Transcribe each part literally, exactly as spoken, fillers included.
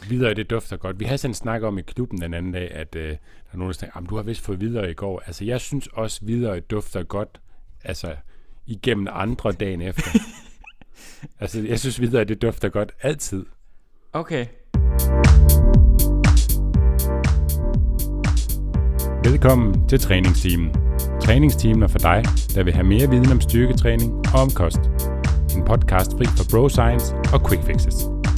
Videre, det dufter godt. Vi havde sådan en snak om i klubben den anden dag, at øh, der er nogen, der sagde, du har vist fået videre i går. Altså, jeg synes også, videre dufter godt, altså, igennem andre dagen efter. Altså, jeg synes videre, det dufter godt altid. Okay. Velkommen til træningsteamen. Træningsteamen er for dig, der vil have mere viden om styrketræning og om kost. En podcast fri for bro science og quick fixes.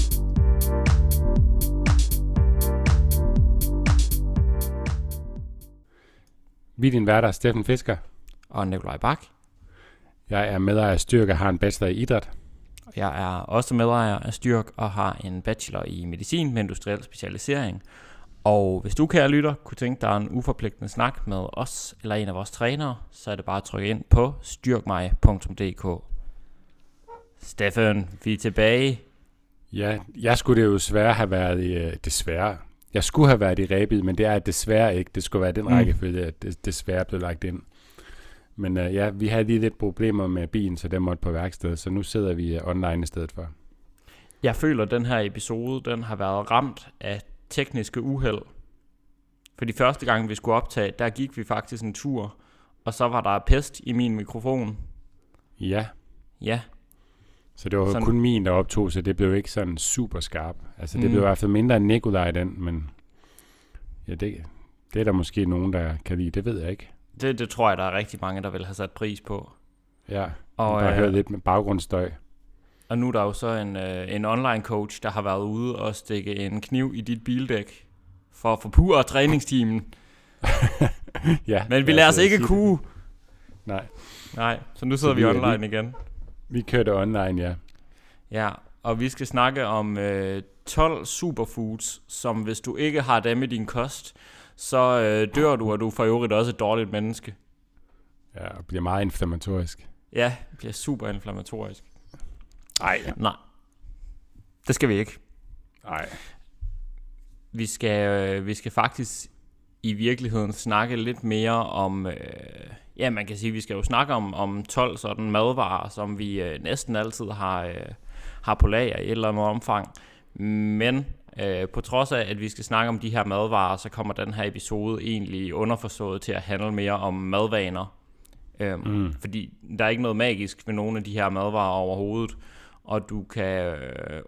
Vi er din værter, Steffen Fisker. Og Nikolaj Bak. Jeg er medejer af Styrk og har en bachelor i idræt. Jeg er også medejer af Styrk og har en bachelor i medicin med industriel specialisering. Og hvis du, kære lytter, kunne tænke dig en uforpligtende snak med os eller en af vores trænere, så er det bare at trykke ind på styrkmig punktum d k. Steffen, vi er tilbage. Ja, jeg skulle det jo desværre have været i, uh, desværre. Jeg skulle have været i Rebild, men det er desværre ikke. Det skulle være den mm. rækkefølge, at det desværre blev lagt ind. Men uh, ja, vi havde lige lidt problemer med bilen, så den måtte på værksted, så nu sidder vi uh, online i stedet for. Jeg føler, at den her episode, den har været ramt af tekniske uheld. For de første gang, vi skulle optage, der gik vi faktisk en tur, og så var der pest i min mikrofon. Ja. Ja. Så det var sådan. kun min, der optog, så det blev ikke sådan super skarp. Altså det mm. blev i hvert fald mindre end Nikolaj den, men ja, det, det er der måske nogen, der kan lide. Det ved jeg ikke. Det, det tror jeg, der er rigtig mange, der vil have sat pris på. Ja, og bare øh, høre lidt med baggrundsstøj. Og nu er der jo så en, øh, en online coach, der har været ude og stikke en kniv i dit bildæk for at forpurre træningsteamen. Ja, men vi lader os ikke kunne. Nej. Nej, så nu sidder så vi, vi online vi, igen. Vi kørte online, ja. Ja, og vi skal snakke om øh, tolv superfoods, som hvis du ikke har dem i din kost, så øh, dør du, og du er for øvrigt også et dårligt menneske. Ja, og bliver meget inflammatorisk. Ja, bliver super inflammatorisk. Nej. Nej. Det skal vi ikke. Nej. Vi skal, øh, vi skal faktisk i virkeligheden snakke lidt mere om, øh, ja, man kan sige, vi skal jo snakke om, om tolv sådan madvarer, som vi øh, næsten altid har, øh, har på lager i et eller andet omfang. Men øh, på trods af, at vi skal snakke om de her madvarer, så kommer den her episode egentlig underforstået til at handle mere om madvaner. Øhm, mm. Fordi der er ikke noget magisk ved nogle af de her madvarer overhovedet, og du kan øh,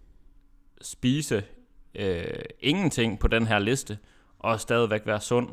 spise øh, ingenting på den her liste, og stadigvæk være sund.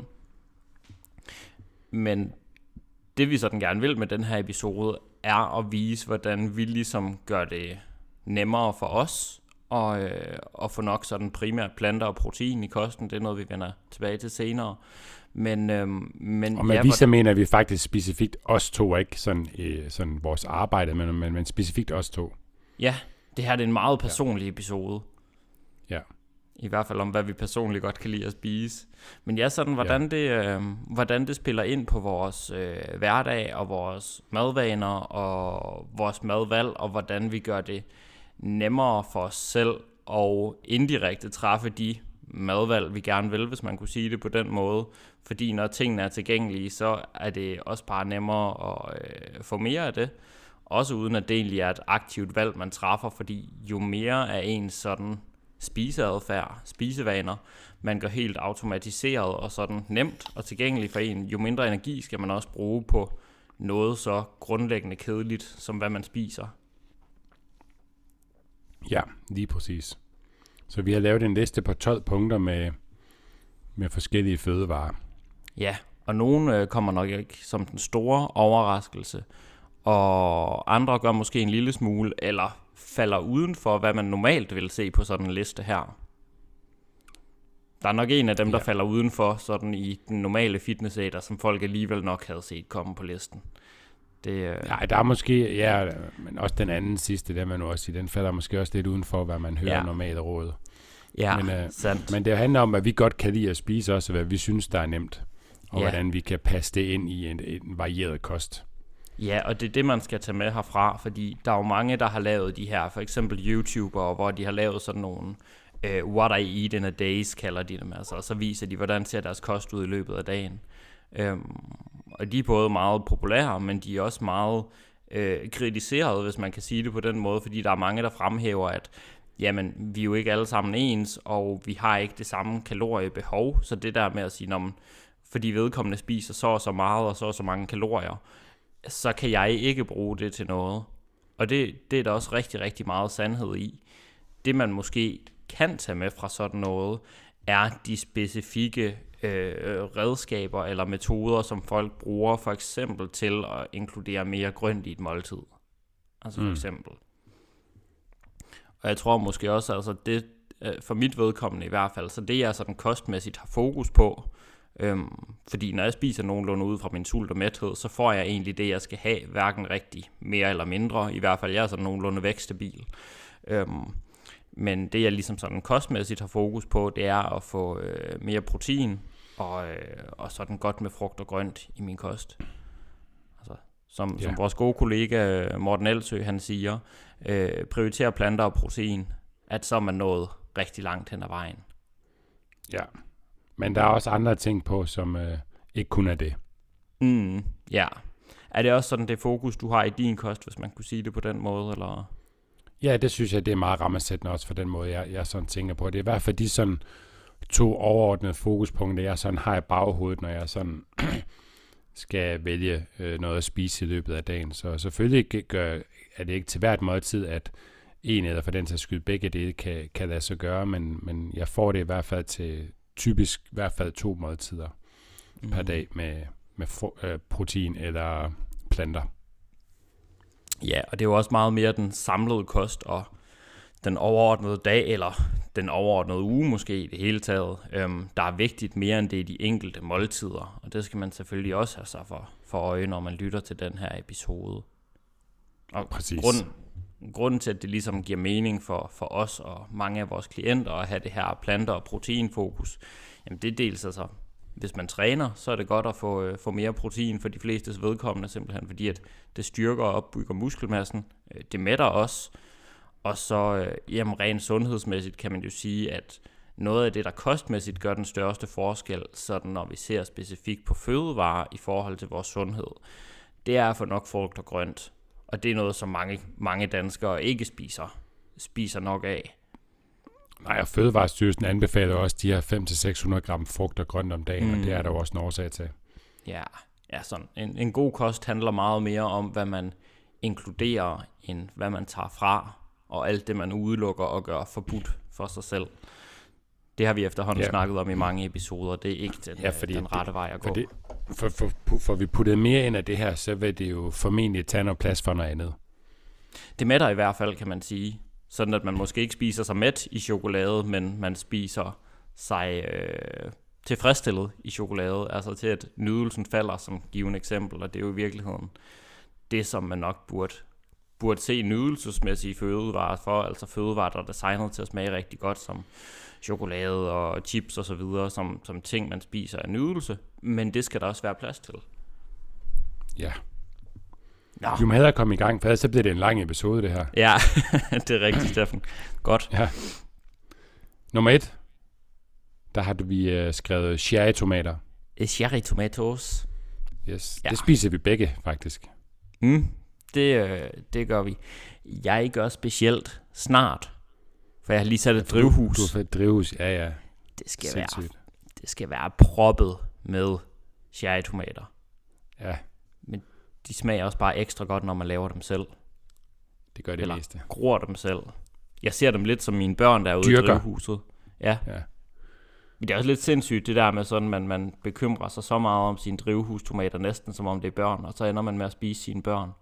Men det vi sådan gerne vil med den her episode, er at vise, hvordan vi ligesom gør det nemmere for os, og, øh, og få nok sådan primært planter og protein i kosten. Det er noget, vi vender tilbage til senere. Men, øhm, men og med ja, vi så mener vi faktisk specifikt os to, ikke sådan, øh, sådan vores arbejde, men, men, men specifikt os to. Ja, det her det er en meget personlig ja. episode. Ja. I hvert fald om, hvad vi personligt godt kan lide at spise. Men ja, sådan hvordan, ja. Det, øh, hvordan det spiller ind på vores øh, hverdag og vores madvaner og vores madvalg, og hvordan vi gør det nemmere for os selv og indirekte træffe de madvalg, vi gerne vil, hvis man kunne sige det på den måde. Fordi når tingene er tilgængelige, så er det også bare nemmere at øh, få mere af det. Også uden at det egentlig er et aktivt valg, man træffer, fordi jo mere af ens sådan spiseadfærd, spisevaner, man gør helt automatiseret og sådan nemt og tilgængeligt for en, jo mindre energi skal man også bruge på noget så grundlæggende kedeligt, som hvad man spiser. Ja, lige præcis. Så vi har lavet en liste på tolv punkter med, med forskellige fødevarer. Ja, og nogle øh, kommer nok ikke som den store overraskelse, og andre gør måske en lille smule, eller falder uden for, hvad man normalt vil se på sådan en liste her. Der er nok en af dem, ja. der falder udenfor sådan i den normale fitness-æter, som folk alligevel nok havde set komme på listen. Det, øh... Ja, der er måske, ja, men også den anden sidste, der man også sige, den falder måske også lidt udenfor, hvad man hører ja. normalt råd. Ja, men, øh, sandt. Men det handler om, at vi godt kan lide at spise også, og hvad vi synes, der er nemt, og ja. hvordan vi kan passe det ind i en, en varieret kost. Ja, og det er det, man skal tage med herfra, fordi der er jo mange, der har lavet de her, for eksempel YouTubere, hvor de har lavet sådan nogle uh, what I eat in a days, kalder de dem, altså, og så viser de, hvordan ser deres kost ud i løbet af dagen. Um, og de er både meget populære, men de er også meget uh, kritiseret, hvis man kan sige det på den måde, fordi der er mange, der fremhæver, at jamen, vi er jo ikke alle sammen ens, og vi har ikke det samme kaloriebehov, så det der med at sige, når fordi vedkommende spiser så og så meget, og så og så mange kalorier, så kan jeg ikke bruge det til noget. Og det, det er der også rigtig, rigtig meget sandhed i. Det man måske kan tage med fra sådan noget, er de specifikke øh, redskaber eller metoder, som folk bruger for eksempel til at inkludere mere grønt i et måltid. Altså for mm. eksempel. Og jeg tror måske også, altså det, for mit vedkommende i hvert fald, så det jeg sådan kostmæssigt har fokus på, øhm, fordi når jeg spiser nogenlunde ud fra min sult og mæthed, så får jeg egentlig det, jeg skal have, hverken rigtig mere eller mindre. I hvert fald jeg er sådan nogenlunde vækstabil. Øhm, men det jeg ligesom sådan kostmæssigt har fokus på, det er at få øh, mere protein, og, øh, og sådan godt med frugt og grønt i min kost. Altså, som, yeah. som vores gode kollega Morten Elsø, han siger, øh, prioriterer planter og protein, at så er man nået rigtig langt hen ad vejen. Ja, men der er også andre ting på, som øh, ikke kun er det. Mm, ja. Er det også sådan det fokus, du har i din kost, hvis man kunne sige det på den måde, eller? Ja, det synes jeg, det er meget rammesættende også for den måde, jeg, jeg sådan tænker på. Det er i hvert fald de sådan to overordnede fokuspunkter, jeg sådan har i baghovedet, når jeg sådan skal vælge øh, noget at spise i løbet af dagen. Så selvfølgelig gør, er det ikke til hvert måltid, at en eller for den sags skyld begge dele kan, kan lade sig gøre, men, men jeg får det i hvert fald til typisk i hvert fald to måltider mm. per dag med, med fro, øh, protein eller planter. Ja, og det er jo også meget mere den samlede kost og den overordnede dag, eller den overordnede uge måske i det hele taget, øhm, der er vigtigt mere end det er de enkelte måltider. Og det skal man selvfølgelig også have sig for, for øje, når man lytter til den her episode. Og præcis. Grunden, grunden til, at det ligesom giver mening for, for os og mange af vores klienter at have det her planter- og proteinfokus, jamen det er dels altså, hvis man træner, så er det godt at få, øh, få mere protein for de flestes vedkommende, simpelthen fordi at det styrker og opbygger muskelmassen, øh, det mætter også, og så øh, jamen, rent sundhedsmæssigt kan man jo sige, at noget af det, der kostmæssigt gør den største forskel, sådan når vi ser specifikt på fødevarer i forhold til vores sundhed, det er at få nok frugt og grønt. Og det er noget, som mange, mange danskere ikke spiser, spiser nok af. Nej, og Fødevarestyrelsen anbefaler også de her fem til seks hundrede gram frugt og grønt om dagen, mm. og det er der også en årsag til. Ja, ja sådan. En, en god kost handler meget mere om, hvad man inkluderer, end hvad man tager fra, og alt det, man udelukker og gør forbudt for sig selv. Det har vi efterhånden ja. snakket om i mange episoder. Det er ikke den, ja, den rette det, vej at gå. Det, for, for, for, for vi puttet mere ind af det her, så vil det jo formentlig tage noget plads for noget andet. Det mætter i hvert fald, kan man sige. Sådan at man måske ikke spiser sig mæt i chokolade, men man spiser sig øh, tilfredsstillet i chokolade. Altså til at nydelsen falder, som givet eksempel. Og det er jo i virkeligheden det, som man nok burde, burde se nydelsesmæssige fødevarer for. Altså fødevarer, der er designet til at smage rigtig godt, som chokolade og chips og så videre, som, som ting, man spiser af nydelse. Men det skal der også være plads til. Ja. Nå. Vi må hellere komme i gang, for ellers så bliver det en lang episode, det her. Ja, det er rigtigt, Steffen. Godt. Ja. Nummer et, der har vi uh, skrevet cherrytomater. Cherry tomatoes. Yes, ja. Det spiser vi begge, faktisk. Mm, det, øh, det gør vi. Jeg gør specielt snart, for jeg har lige sat et drivhus. Du har fået et drivhus, ja, ja. Det skal, være, det skal være proppet med cherrytomater. Ja. Men de smager også bare ekstra godt, når man laver dem selv. Det gør det Eller meste. gror dem selv. Jeg ser dem lidt som mine børn, der er ude Dyrker. i drivhuset. Ja. ja. Men det er også lidt sindssygt, det der med sådan, man, man bekymrer sig så meget om sine drivhustomater, næsten som om det er børn, og så ender man med at spise sine børn.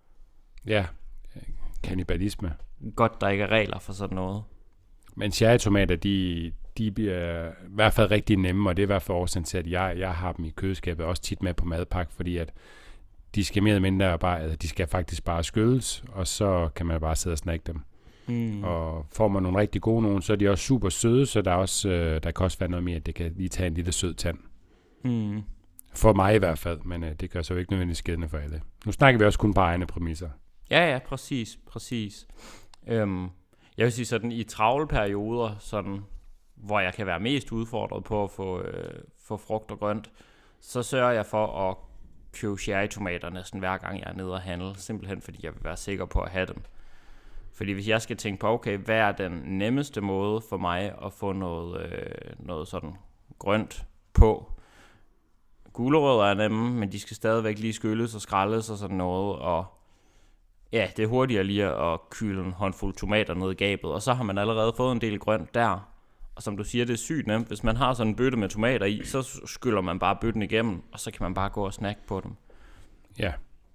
Ja, kannibalisme. Godt, der ikke er regler for sådan noget. Men cherrytomater, de, de bliver i hvert fald rigtig nemme, og det er i hvert fald årsagen til, at jeg, jeg har dem i køleskabet, også tit med på madpakke, fordi at de skal mere eller mindre bare, altså de skal faktisk bare skylles, og så kan man bare sidde og snakke dem. Mm. Og får man nogle rigtig gode nogen, så er de også super søde, så der, er også, øh, der kan også være noget mere, at det kan lige tage en lille sød tand. Mm. For mig i hvert fald, men øh, det gør så jo ikke nødvendigt skædende for alle. Nu snakker vi også kun på egne præmisser. Ja, ja, præcis, præcis. Øhm, jeg vil sige sådan, i travle perioder, sådan, hvor jeg kan være mest udfordret på at få, øh, få frugt og grønt, så sørger jeg for at købe cherrytomater næsten hver gang jeg er nede og handle, simpelthen fordi jeg vil være sikker på at have dem. Fordi hvis jeg skal tænke på, okay, hvad er den nemmeste måde for mig at få noget, øh, noget sådan grønt på? Gulerødder er nemme, men de skal stadigvæk lige skylles og skrælles og sådan noget, og ja, det er hurtigere lige at kyle en håndfuld tomater ned i gabet, og så har man allerede fået en del grønt der. Og som du siger, det er sygt nemt. Hvis man har sådan en bøtte med tomater i, så skyller man bare bøtten igennem, og så kan man bare gå og snakke på dem. Ja.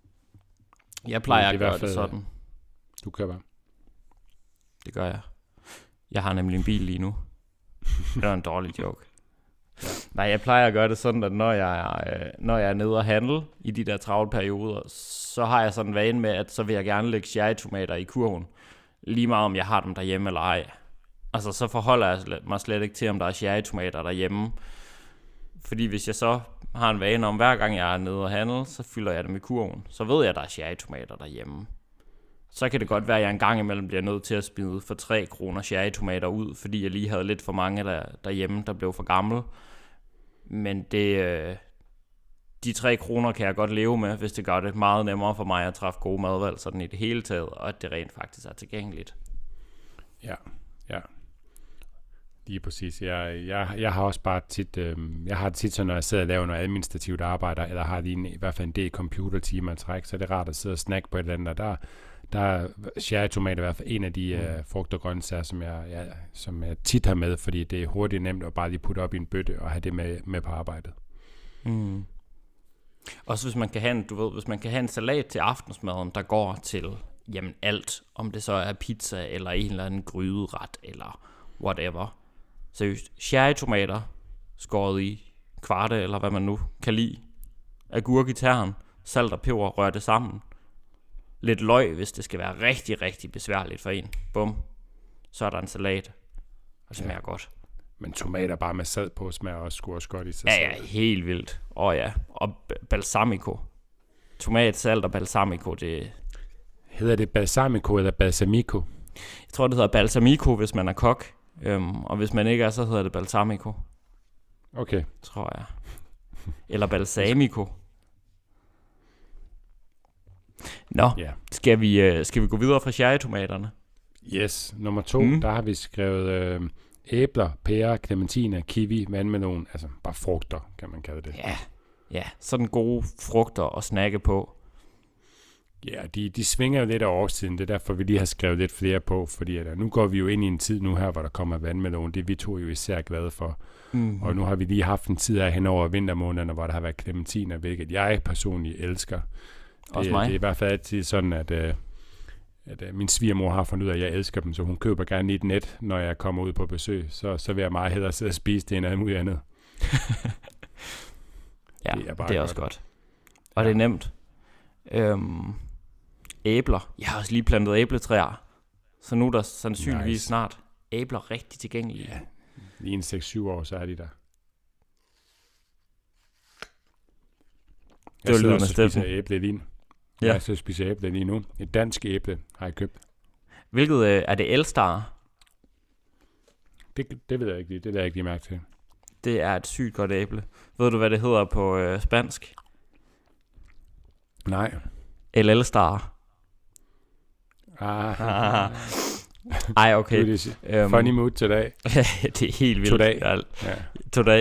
Jeg plejer det at gøre fald, det sådan. Du kører bare. Det gør jeg. Jeg har nemlig en bil lige nu. Det var en dårlig joke. Ja. Nej, jeg plejer at gøre det sådan, at når jeg, er, når jeg er nede og handle i de der travle perioder, så har jeg sådan en vane med, at så vil jeg gerne lægge cherrytomater i kurven. Lige meget om jeg har dem derhjemme eller ej. Altså så forholder jeg mig slet ikke til, om der er cherrytomater derhjemme. Fordi hvis jeg så har en vane om, hver gang jeg er nede og handle, så fylder jeg dem i kurven. Så ved jeg, at der er cherrytomater derhjemme. Så kan det godt være, at jeg en gang imellem bliver nødt til at smide for tre kroner cherrytomater ud, fordi jeg lige havde lidt for mange der, derhjemme, der blev for gamle. Men det, de tre kroner kan jeg godt leve med, hvis det gør det meget nemmere for mig at træffe gode madvalg sådan i det hele taget, og at det rent faktisk er tilgængeligt. Ja, ja. Lige præcis. Jeg, jeg, jeg har også bare tit, øh, jeg har tit så, når jeg sidder og laver noget administrativt arbejde, eller har lige en, i hvert fald en del computertimer at trække, så er det rart at sidde og snakke på et eller andet, og der, der er cherrytomater i hvert fald en af de mm. øh, frugt og grøntsager, som jeg, jeg, som jeg tit har med, fordi det er hurtigt nemt at bare lige putte op i en bøtte og have det med, med på arbejdet. Mm. Også hvis man kan have en, du ved, hvis man kan have en salat til aftensmaden, der går til jamen alt, om det så er pizza eller en eller anden gryderet eller whatever. Seriøst, cherrytomater skåret i kvarte, eller hvad man nu kan lide, agurk i tern, salt og peber, rør det sammen. Lidt løg, hvis det skal være rigtig, rigtig besværligt for en. Bum. Så er der en salat, og smager ja. godt. Men tomater bare med sad på smager også sgu også godt i sig ja, selv. Ja, helt vildt. Åh oh, ja, og balsamico. Tomat, salt og balsamico, det... Hedder det balsamico eller balsamico? Jeg tror, det hedder balsamico, hvis man er kok. Øhm, og hvis man ikke er, så hedder det balsamico. Okay. Tror jeg. Eller balsamico. Nå, yeah. skal, vi, øh, skal vi gå videre fra cherrytomaterne? Yes. Nummer to, mm. der har vi skrevet øh, æbler, pærer, clementiner, kiwi, vandmelon. Altså bare frugter, kan man kalde det. Ja, ja. Sådan gode frugter at snakke på. Ja, de, de svinger jo lidt af årstiden. Det er derfor, vi lige har skrevet lidt flere på. Fordi at, nu går vi jo ind i en tid nu her, hvor der kommer vandmelon. Det er vi to jo især glade for. Mm-hmm. Og nu har vi lige haft en tid af hen over vintermånederne, hvor der har været clementiner, hvilket jeg personligt elsker. Det, Også mig. Det er i hvert fald altid sådan, at, at, at min svigermor har fundet ud af, at jeg elsker dem. Så hun køber gerne i et net, når jeg kommer ud på besøg. Så, så vil jeg meget hellere sidde og spise det end alt muligt andet. Ja, det er, bare det er også godt. Og ja. Det er nemt. Øhm... Æbler. Jeg har også lige plantet æbletræer. Så nu er der sandsynligvis nice. Snart æbler rigtig tilgængelige. Ja, lige en seks syv år, så er de der. Jeg det sidder også og spiser æble lige nu. Ja. Jeg sidder og spiser æble lige nu. Et dansk æble har jeg købt. Hvilket øh, er det Elstar? Det, det ved jeg ikke lige. Det lader jeg ikke lige mærke til. Det er et sygt godt æble. Ved du, hvad det hedder på øh, spansk? Nej. El Elstar. Ah. ah. Ej, okay. Um, funny mood today. Det er helt vildt. Today. Ja. Today.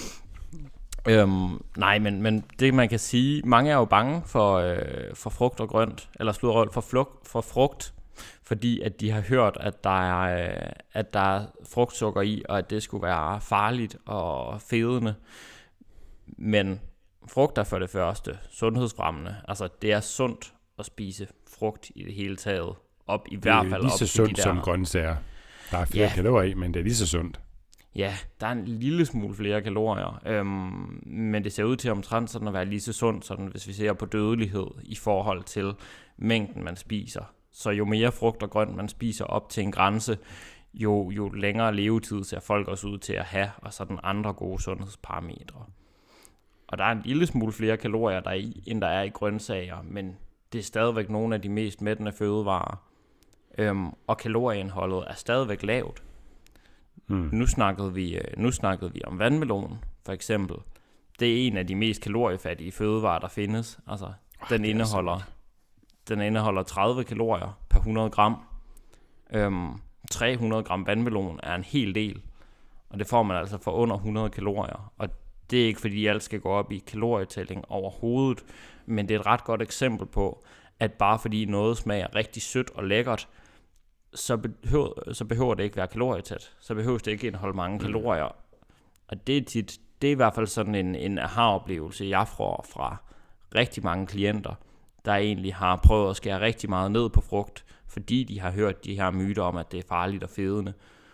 Um, nej, men, men det man kan sige, mange er jo bange for, øh, for frugt og grønt, eller sludrøl for, fluk, for frugt, fordi at de har hørt, at der er, øh, at der er frugtsukker i, og at det skulle være farligt og fedende. Men frugt er for det første sundhedsfremmende. Altså, det er sundt at spise frugt i det hele taget. Op i hvert fald op til de der. Det er lige så sundt som grøntsager. Der er flere ja. kalorier i, men det er lige så sundt. Ja, der er en lille smule flere kalorier, øhm, men det ser ud til omtrent sådan at være lige så sundt, sådan hvis vi ser på dødelighed i forhold til mængden, man spiser. Så jo mere frugt og grønt man spiser op til en grænse, jo, jo længere levetid ser folk også ud til at have, og sådan andre gode sundhedsparametre. Og der er en lille smule flere kalorier der er i, end der er i grøntsager, men det er stadigvæk nogle af de mest mættende fødevarer, øhm, og kalorieindholdet er stadigvæk lavt. Hmm. Nu, snakkede vi, nu snakkede vi om vandmelon, for eksempel. Det er en af de mest kaloriefattige fødevarer, der findes. Altså, oh, den, indeholder, den indeholder tredive kalorier per hundrede gram. Øhm, tre hundrede gram vandmelon er en hel del, og det får man altså for under hundrede kalorier. Og det er ikke fordi alt skal gå op i kalorietælling overhovedet, men det er et ret godt eksempel på, at bare fordi noget smager rigtig sødt og lækkert, så behøver, så behøver det ikke være kalorietæt. Så behøver det ikke indeholde mange kalorier. Og det er tit, det er i hvert fald sådan en, en aha-oplevelse, jeg får fra rigtig mange klienter, der egentlig har prøvet at skære rigtig meget ned på frugt, fordi de har hørt de her myter om, at det er farligt og fedende.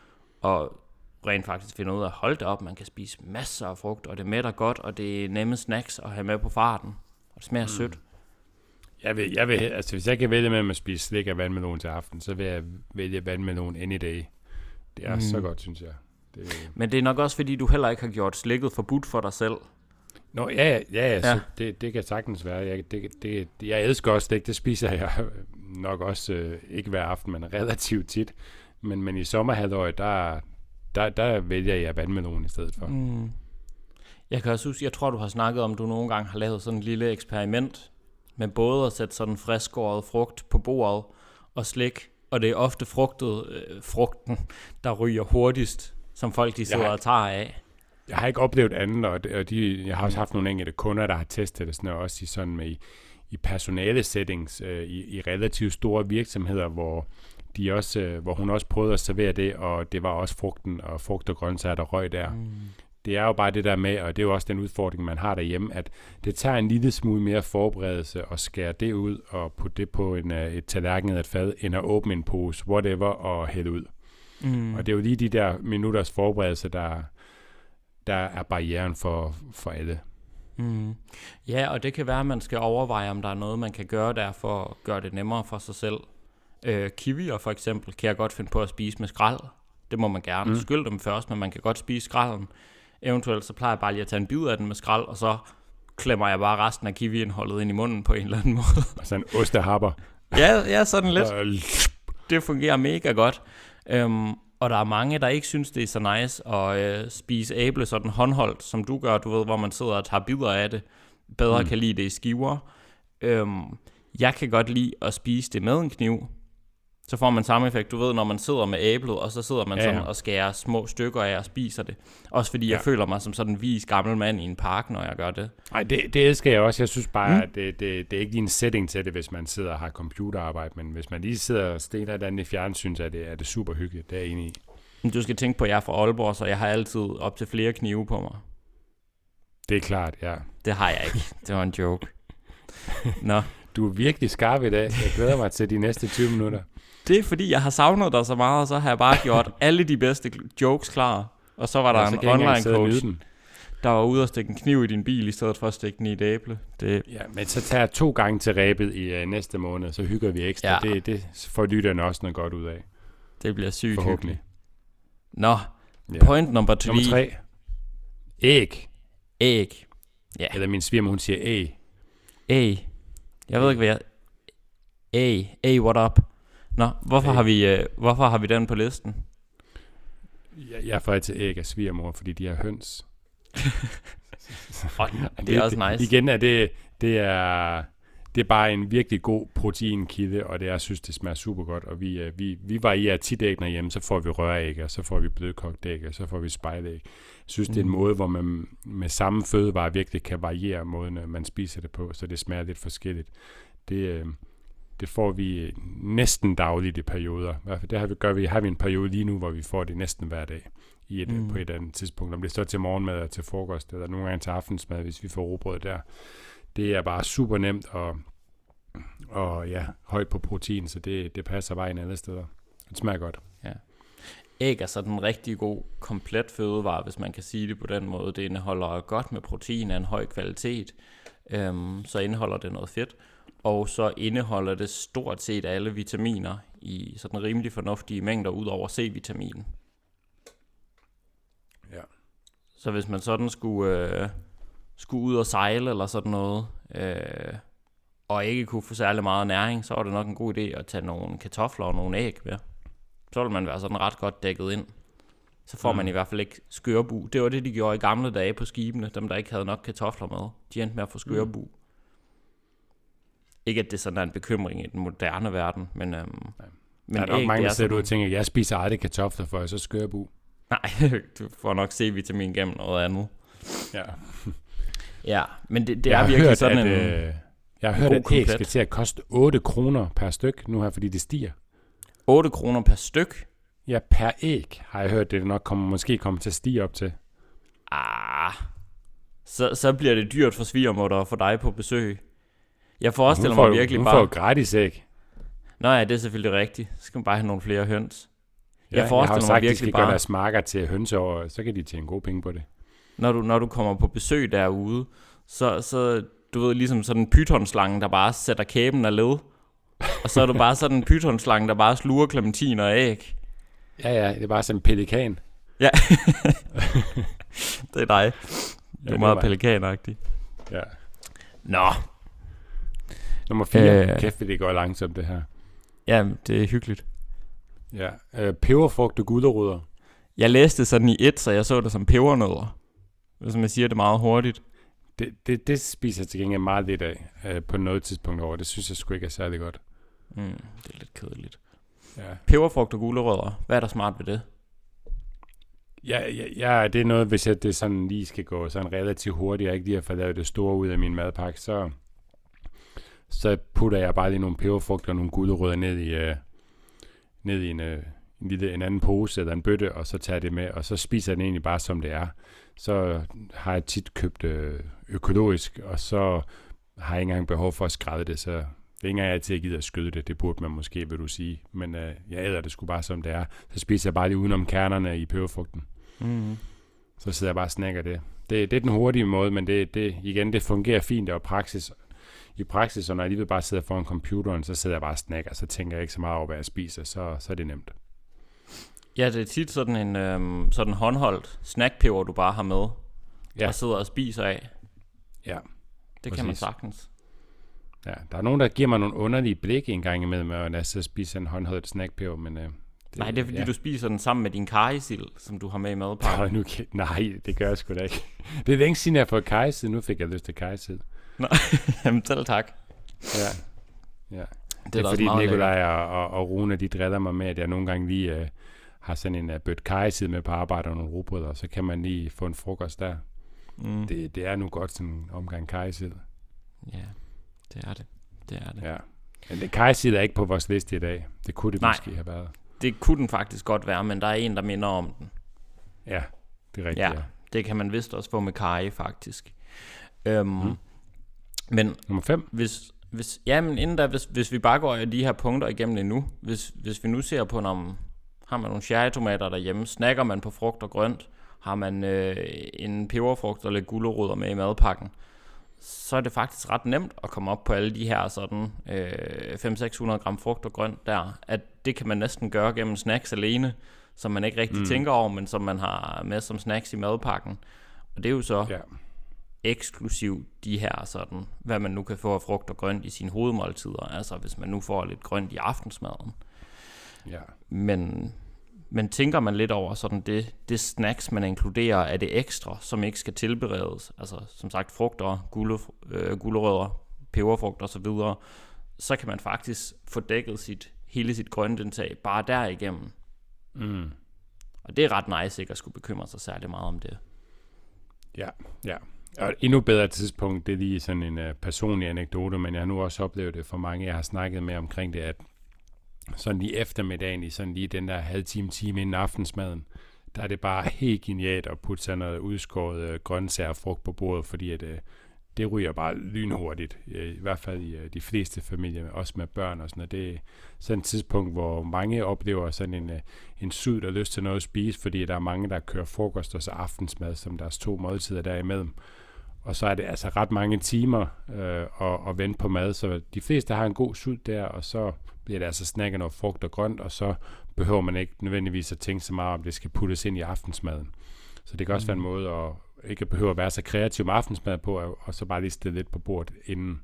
Og rent faktisk finder ud af at holde det op. Man kan spise masser af frugt, og det mætter godt, og det er nemme snacks at have med på farten. Og det smager mm. sødt. Jeg vil, jeg vil, altså hvis jeg kan vælge mellem at spise slik af vandmelon til aften, så vil jeg vælge vandmelon any day. Det er mm. så godt, synes jeg. Det... Men det er nok også, fordi du heller ikke har gjort slikket forbudt for dig selv. Nå, ja, ja, ja, ja. Så det, det kan sagtens være. Jeg, det, det, jeg elsker også slik, det spiser jeg nok også øh, ikke hver aften, men relativt tit. Men, men i sommerhalvåret, der, der, der vælger jeg vandmelon i stedet for. Mm. Jeg kan også huske, jeg tror, du har snakket om, du nogle gange har lavet sådan en lille eksperiment med både at sætte sådan friskåret frugt på bordet og slik, og det er ofte frugtet, øh, frugten, der ryger hurtigst, som folk de sidder har, og tager af. Jeg har ikke oplevet andet, og, de, og de, jeg har også haft nogle enkelte kunder, der har testet det, sådan, og også i, sådan med, i, i personale settings, øh, i, i relativt store virksomheder, hvor, de også, øh, hvor hun også prøvede at servere det, og det var også frugten og frugt og grøntsager, der røg der. Mm. Det er jo bare det der med, og det er jo også den udfordring, man har derhjemme, at det tager en lille smule mere forberedelse at skære det ud og putte det på en, et tallerken eller et fad, end at åbne en pose, whatever, og hælde ud. Mm. Og det er jo lige de der minutters forberedelse, der, der er barrieren for, for alle. Mm. Ja, og det kan være, at man skal overveje, om der er noget, man kan gøre der for at gøre det nemmere for sig selv. Øh, kiwier for eksempel kan jeg godt finde på at spise med skrald. Det må man gerne. Mm. Skyld dem først, men man kan godt spise skralden. Eventuelt så plejer jeg bare lige at tage en bid af den med skrald, og så klemmer jeg bare resten af kiwi-indholdet ind i munden på en eller anden måde. Og sådan en ostehapper. ja, ja, sådan lidt. Det fungerer mega godt. Um, og der er mange, der ikke synes, det er så nice at uh, spise æble sådan håndholdt, som du gør, du ved, hvor man sidder og tager bidder af det. Bedre mm. kan lide det i skiver. Um, jeg kan godt lide at spise det med en kniv. Så får man samme effekt, du ved, når man sidder med æblet, og så sidder man ja, ja. sådan og skærer små stykker af og spiser det. Også fordi ja. jeg føler mig som sådan en vis gammel mand i en park, når jeg gør det. Nej, det, det elsker jeg også. Jeg synes bare, mm. at det, det, det er ikke lige en setting til det, hvis man sidder og har computerarbejde. Men hvis man lige sidder og stener et andet i fjernsyn, så er det, er det super hyggeligt. Det er jeg enig i. Du skal tænke på, at jeg er fra Aalborg, så jeg har altid op til flere knive på mig. Det er klart, ja. Det har jeg ikke. Det var en joke. Nå. Du er virkelig skarp i dag. Jeg glæder mig til de næste tyve minutter. Det er fordi, jeg har savnet dig så meget, og så har jeg bare gjort alle de bedste jokes klar. Og så var der ja, en online coach, der var ude og stikke en kniv i din bil, i stedet for at stikke den i et æble. Det... Ja, men så tager jeg to gange til rebet i uh, næste måned, så hygger vi ekstra. Ja. Det, det får lytterne også noget godt ud af. Det bliver sygt hyggeligt. Nå, ja. Point number three. Nummer tre. Æg. Æg. Ja. Eller min svigermor, hun siger æg. Æg. Jeg ved ikke, hvad jeg... Æg. Æg, what up? Nå, hvorfor har, vi, øh, hvorfor har vi den på listen? Jeg, jeg får altid æg af svigermor, fordi de har høns. oh, det, det er også nice. Igen er det, det er, det er bare en virkelig god proteinkilde, og det jeg synes, det smager super godt. Og vi, øh, vi, vi varierer tit æg derhjemme, så får vi røræg, og så får vi blødkogt æg, og så får vi spejlæg. Jeg synes, mm. det er en måde, hvor man med samme fødevare virkelig kan variere måden, man spiser det på, så det smager lidt forskelligt. Det øh, Det får vi næsten dagligt i perioder. Det har vi, gør vi, har vi en periode lige nu, hvor vi får det næsten hver dag i et, mm. på et andet tidspunkt. Om det står til morgenmad eller til frokost, eller nogle gange til aftensmad, hvis vi får rugbrød der. Det er bare super nemt og, og ja, højt på protein, så det, det passer vejen alle steder. Det smager godt. Ja. Æg er så den rigtig god komplet fødevare, hvis man kan sige det på den måde. Det indeholder godt med protein af en høj kvalitet. Øhm, så indeholder det noget fedt. Og så indeholder det stort set alle vitaminer i sådan rimelig fornuftige mængder, ud over C-vitamin. Ja. Så hvis man sådan skulle, øh, skulle ud og sejle eller sådan noget, øh, og ikke kunne få særlig meget næring, så var det nok en god idé at tage nogle kartofler og nogle æg med. Så ville man være sådan ret godt dækket ind. Så får mm. man i hvert fald ikke skørbu. Det var det, de gjorde i gamle dage på skibene, dem der ikke havde nok kartofler med. De endte med at få skørbu. Mm. Ikke at det sådan er en bekymring i den moderne verden, men, øhm, Men der er nok mange, der sidder ud og tænker, jeg spiser aldrig kartofler, for jeg så skørbu. Nej, du får nok C-vitamin gennem noget andet. Ja. Ja, men det, det er virkelig hørt, sådan at, en... Øh, jeg har hørt, at æg skal til at koste otte kroner per styk nu her, fordi det stiger. otte kroner per styk? Ja, per æg har jeg hørt, det nok kommer, måske kommer til at stige op til. Ah, så, så bliver det dyrt for svigermutter og for dig på besøg. Jeg forestiller mig virkelig hun bare... Hun får gratis æg. Nå ja, det er selvfølgelig rigtigt. Så skal man bare have nogle flere høns. Ja, jeg forestiller jeg har mig sagt, virkelig bare... Jeg har sagt, at de skal gøre deres marker til høns, og så kan de tjene gode penge på det. Når du, når du kommer på besøg derude, så, så du ved, ligesom sådan en pythonslange, der bare sætter kæben af led. Og så er du bare sådan en pythonslange, der bare sluger klementiner og æg. Ja, ja, det er bare sådan en pelikan. Ja, det er dig. Du er ja, meget pelikanagtig. Ja. Nå. Nummer fire. Øh, Kæft, det går langsomt, det her. Ja, det er hyggeligt. Ja. Øh, peberfrugt og gulerødder. Jeg læste sådan i et, så jeg så det som pebernødder. Hvis man siger det meget hurtigt. Det, det, det spiser jeg til gengæld meget lidt af øh, på noget tidspunkt over. Det synes jeg sgu ikke er særlig godt. Mm, det er lidt kedeligt. Ja. Peberfrugt og gulerødder. Hvad er der smart ved det? Ja, ja, ja, det er noget, hvis jeg det sådan lige skal gå sådan relativt hurtigt, og ikke lige har fået lavet det store ud af min madpakke, så, så putter jeg bare lige nogle peberfrugt og nogle gulerødder ned i, øh, ned i en, øh, en, lille, en anden pose eller en bøtte, og så tager jeg det med, og så spiser jeg den egentlig bare som det er. Så har jeg tit købt øh, økologisk, og så har jeg ikke engang behov for at skrælle det, så det er ikke engang altid, jeg gider at skyde det. Det burde man måske, vil du sige. Men øh, jeg æder det sgu bare som det er. Så spiser jeg bare lige udenom kernerne i peberfrugten. Mm-hmm. Så sidder jeg bare og snakker det. det. Det er den hurtige måde, men det, det, igen, det fungerer fint og praksis. I praksis, og når jeg alligevel bare sidder foran computeren, så sidder jeg bare og snakker, så tænker jeg ikke så meget over, hvad jeg spiser, så, så er det nemt. Ja, det er tit sådan en øhm, sådan håndholdt snackpeber, du bare har med, ja. Og sidder og spiser af. Ja, det præcis. Kan man sagtens. Ja, der er nogen, der giver mig nogle underlige blik en gang imellem, når jeg så spiser en håndholdt snackpeber, men... Øh, det, nej, det er fordi, ja. Du spiser den sammen med din karrysild, som du har med i madpakken. Nu, nej, det gør jeg sgu da ikke. Det er længe siden, jeg har fået karrysild. Nu fik jeg lyst til karrysild. Nå, jamen selv tak. Ja, ja. Det, det er, er fordi Nikolaj og, og, og Rune, de driller mig med, at jeg nogle gange lige øh, har sådan en uh, bødt karrysild med på arbejde og nogle rugbrød, og så kan man lige få en frokost der. Mm. Det, det er nu godt sådan en omgang karrysild. Ja, det er det. Det er det. Ja. Men det karrysild er ikke på vores liste i dag. Det kunne det Nej. måske have været. Det kunne den faktisk godt være, men der er en, der minder om den. Ja, det er rigtigt. Ja, ja. Det kan man vist også få med karry, faktisk. Øhm, mm. Men nummer fem. Hvis, hvis, ja, men inden da, hvis, hvis vi bare går de her punkter igennem endnu, hvis, hvis vi nu ser på, om har man nogle cherrytomater derhjemme, snakker man på frugt og grønt, har man øh, en peberfrugt og lidt gulerødder med i madpakken, så er det faktisk ret nemt at komme op på alle de her sådan øh, fem hundrede til seks hundrede gram frugt og grønt der, at det kan man næsten gøre gennem snacks alene, som man ikke rigtig mm. tænker over, men som man har med som snacks i madpakken. Og det er jo så ja. eksklusivt de her sådan, hvad man nu kan få af frugt og grønt i sine hovedmåltider, altså hvis man nu får lidt grønt i aftensmaden. Ja. Men, men tænker man lidt over sådan det, det snacks, man inkluderer, er det ekstra, som ikke skal tilberedes, altså som sagt frugter, gule, øh, gulerødder, peberfrugt og så videre, så kan man faktisk få dækket sit, hele sit grøntindtag bare derigennem. Mm. Og det er ret nice ikke at skulle bekymre sig særlig meget om det. Ja, ja. Og et endnu bedre tidspunkt, det er lige sådan en uh, personlig anekdote, men jeg har nu også oplevet det for mange, jeg har snakket med omkring det, at sådan lige eftermiddagen, i sådan lige den der halv time, time inden aftensmaden, der er det bare helt genialt at putte sådan noget udskåret uh, grøntsager og frugt på bordet, fordi at, uh, det ryger bare lynhurtigt, uh, i hvert fald i uh, de fleste familier, også med børn og sådan noget. Det er sådan et tidspunkt, hvor mange oplever sådan en, uh, en syd, der lyst til noget at spise, fordi der er mange, der kører frokost og så aftensmad, som deres to måltider derimellem. Og så er det altså ret mange timer øh, at, at vente på mad, så de fleste har en god sult der, og så bliver det altså snakket noget frugt og grønt, og så behøver man ikke nødvendigvis at tænke så meget om, det skal puttes ind i aftensmaden. Så det kan også mm. være en måde at ikke behøve at være så kreativ med aftensmad på, og så bare lige stille lidt på bordet inden.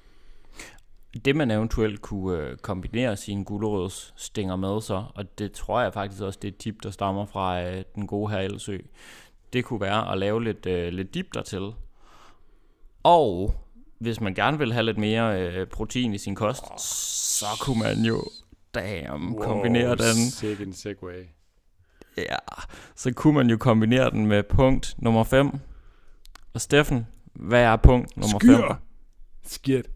Det man eventuelt kunne øh, kombinere sine gulerødsstænger med så, og det tror jeg faktisk også, det er et tip, der stammer fra øh, den gode her Elsø, det kunne være at lave lidt, øh, lidt dip dertil. Og hvis man gerne vil have lidt mere øh, protein i sin kost, så kunne man jo damn, Wow, kombinere den. Sick en segway. Ja, så kunne man jo kombinere den med punkt nummer fem. Og Steffen, hvad er punkt nummer fem? Skyr! Skirt.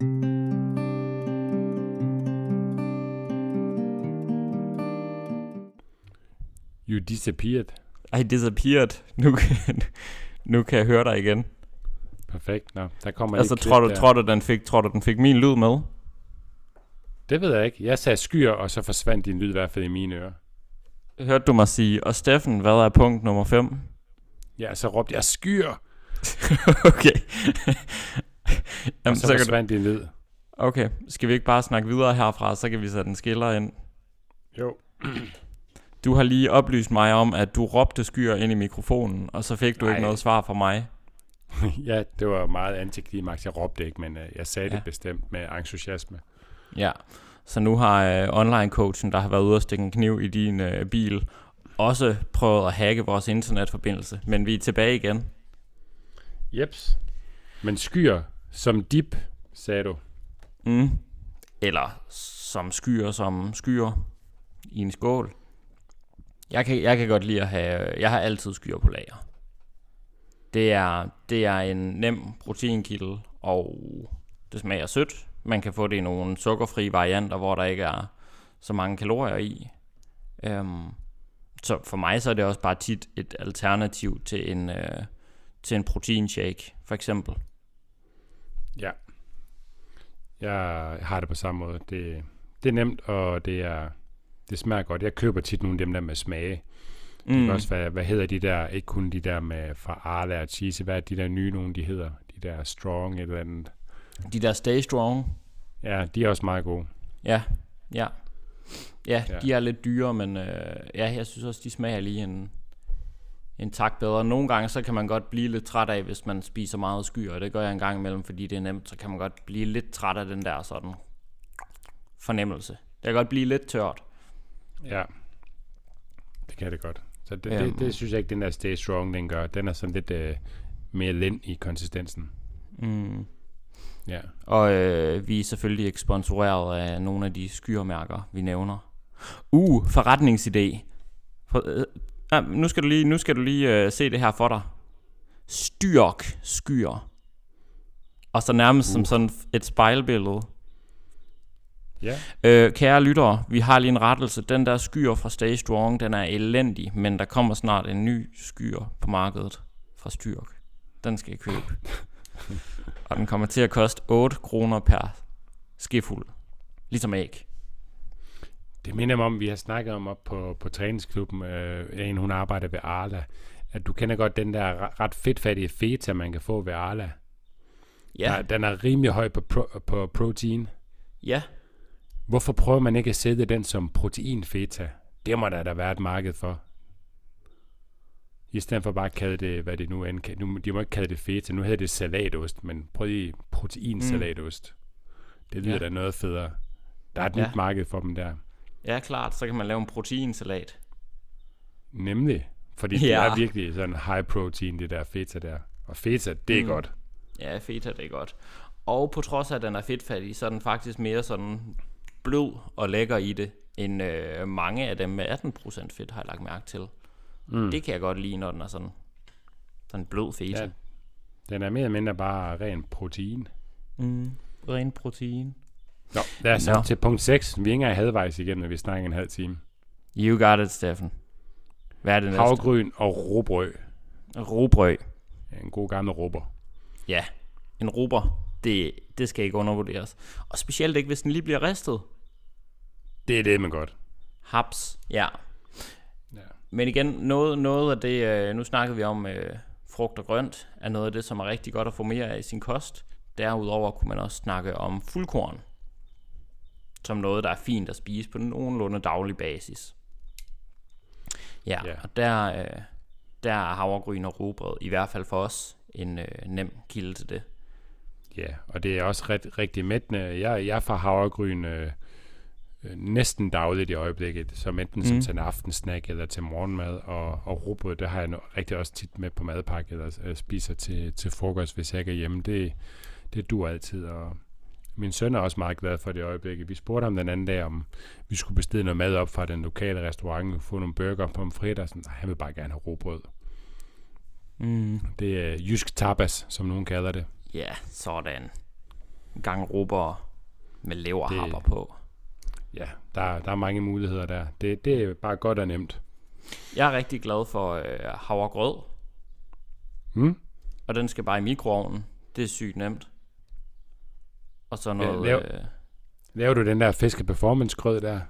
You disappeared. I disappeared. Nu kan, nu kan jeg høre dig igen. Perfekt. Nå, der kommer altså, et tror du, der. tror, du, den fik, tror du, den fik min lyd med? Det ved jeg ikke. Jeg sagde skyer, og så forsvandt din lyd i hvert fald i mine ører. Hørte du mig sige, og Steffen, hvad er punkt nummer fem? Ja, så råbte jeg skyer. Okay. Jamen, og så, så forsvandt din lyd. Okay, skal vi ikke bare snakke videre herfra, så kan vi sætte en skiller ind? Jo. Du har lige oplyst mig om, at du råbte skyer ind i mikrofonen, og så fik du Nej. ikke noget svar fra mig. Ja, det var meget antiklimaks. Jeg råbte ikke, men uh, jeg sagde ja. det bestemt med entusiasme. Ja, så nu har uh, online-coachen, der har været ude og stikke en kniv i din uh, bil, også prøvet at hacke vores internetforbindelse. Men vi er tilbage igen. Jeps. Men skyer som dip, sagde du. Mm. Eller som skyer som skyer i en skål. Jeg kan, jeg kan godt lide at have... Jeg har altid skyer på lager. Det er, det er en nem proteinkilde, og det smager sødt. Man kan få det i nogle sukkerfrie varianter, hvor der ikke er så mange kalorier i. Um, så for mig så er det også bare tit et alternativ til en, uh, til en proteinshake, for eksempel. Ja. Jeg har det på samme måde. Det, det er nemt, og det er... Det smager godt. Jeg køber tit nogle af dem der med smage. Mm. Det kan også være, hvad hedder de der, ikke kun de der med fra Arla og Cheese, hvad er de der nye nogle, de hedder? De der Strong et eller andet. De der Stay Strong. Ja, de er også meget gode. Ja, ja. Ja, ja. De er lidt dyre, men øh, ja, jeg synes også, de smager lige en, en tak bedre. Nogle gange, så kan man godt blive lidt træt af, hvis man spiser meget skyer, og det gør jeg en gang imellem, fordi det er nemt, så kan man godt blive lidt træt af den der sådan fornemmelse. Det kan godt blive lidt tørt. Ja, det kan det godt. Så det, Øhm. det, det synes jeg ikke, den der Stay Strong, den gør. Den er sådan lidt øh, mere lind i konsistensen. Mm. Ja. Og øh, vi er selvfølgelig ikke sponsoreret af nogle af de skyrmærker, vi nævner. Uh, forretningsidé. For, øh, øh, nu skal du lige, nu skal du lige øh, se det her for dig. Styrk skyer. Og så nærmest uh. som sådan et spejlbillede. Ja. Øh, kære lyttere, vi har lige en rettelse. Den der skyer fra Stay Strong, den er elendig, men der kommer snart en ny skyer på markedet fra Styrk. Den skal I købe. Og den kommer til at koste otte kroner per skefuld. Ligesom æg. Det minder mig om, vi har snakket om op på, på træningsklubben, øh, en hun arbejder ved Arla, at du kender godt den der ret fedtfattige feta, man kan få ved Arla. Ja. Der, den er rimelig høj på, pro, på protein. Ja. Hvorfor prøver man ikke at sætte den som proteinfeta? Det må der da være et marked for. I stedet for bare at kalde det, hvad det nu end nu, de må ikke kalde det feta. Nu hedder det salatost, men prøv lige proteinsalatost. Mm. Det lyder ja. da noget federe. Der er et ja. nyt marked for dem der. Ja, klart. Så kan man lave en proteinsalat. Nemlig. Fordi ja. det er virkelig sådan high protein, det der feta der. Og feta, det er mm. godt. Ja, feta, det er godt. Og på trods af, at den er fedtfattig, så er den faktisk mere sådan blød og lækker i det, end øh, mange af dem med atten procent fedt, har jeg lagt mærke til. Mm. Det kan jeg godt lide, når den er sådan, sådan blød feta. Ja, den er mere eller mindre bare ren protein. Mm, ren protein. Nå, lad os no. til punkt seks. Vi er ikke engang halvvejs igennem, når vi snakker en halv time. You got it, Steffen. Hvad er det næste? Havgryn og robrød. Robrød. Ja, en god gammel rober. Ja, en rober. Det, det skal ikke undervurderes. Og specielt ikke, hvis den lige bliver ristet. Det er det, man godt. Haps, ja. Ja. Men igen, noget, noget af det, øh, nu snakkede vi om øh, frugt og grønt, er noget af det, som er rigtig godt at få mere af i sin kost. Derudover kunne man også snakke om fuldkorn, som noget, der er fint at spise på en nogenlunde daglig basis. Ja, yeah. Og der, øh, der er havregryn og rugbrød, i hvert fald for os, en øh, nem kilde til det. Ja, og det er også ret, rigtig mættende. Jeg, jeg får havregryn øh, næsten dagligt i øjeblikket, som enten mm. som til en aftensnack eller til morgenmad, og, og rugbrød, det har jeg rigtig også tit med på madpakke, eller øh, spiser til, til frokost, hvis jeg ikke er hjemme. Det, det dur altid, og min søn er også meget glad for det øjeblik. Vi spurgte ham den anden dag, om vi skulle bestille noget mad op fra den lokale restaurant, og få nogle burger på en fredag, og sådan, nej, han vil bare gerne have rugbrød. Mm. Det er jysk tapas, som nogen kalder det. Ja, sådan. En gang rugbrød med leverhapper på. Ja, der, der er mange muligheder der. Det, det er bare godt og nemt. Jeg er rigtig glad for øh, havregrød. Mm? Og den skal bare i mikroovnen. Det er sygt nemt. Og så noget... Lav, øh, laver du den der fiske performance grød der?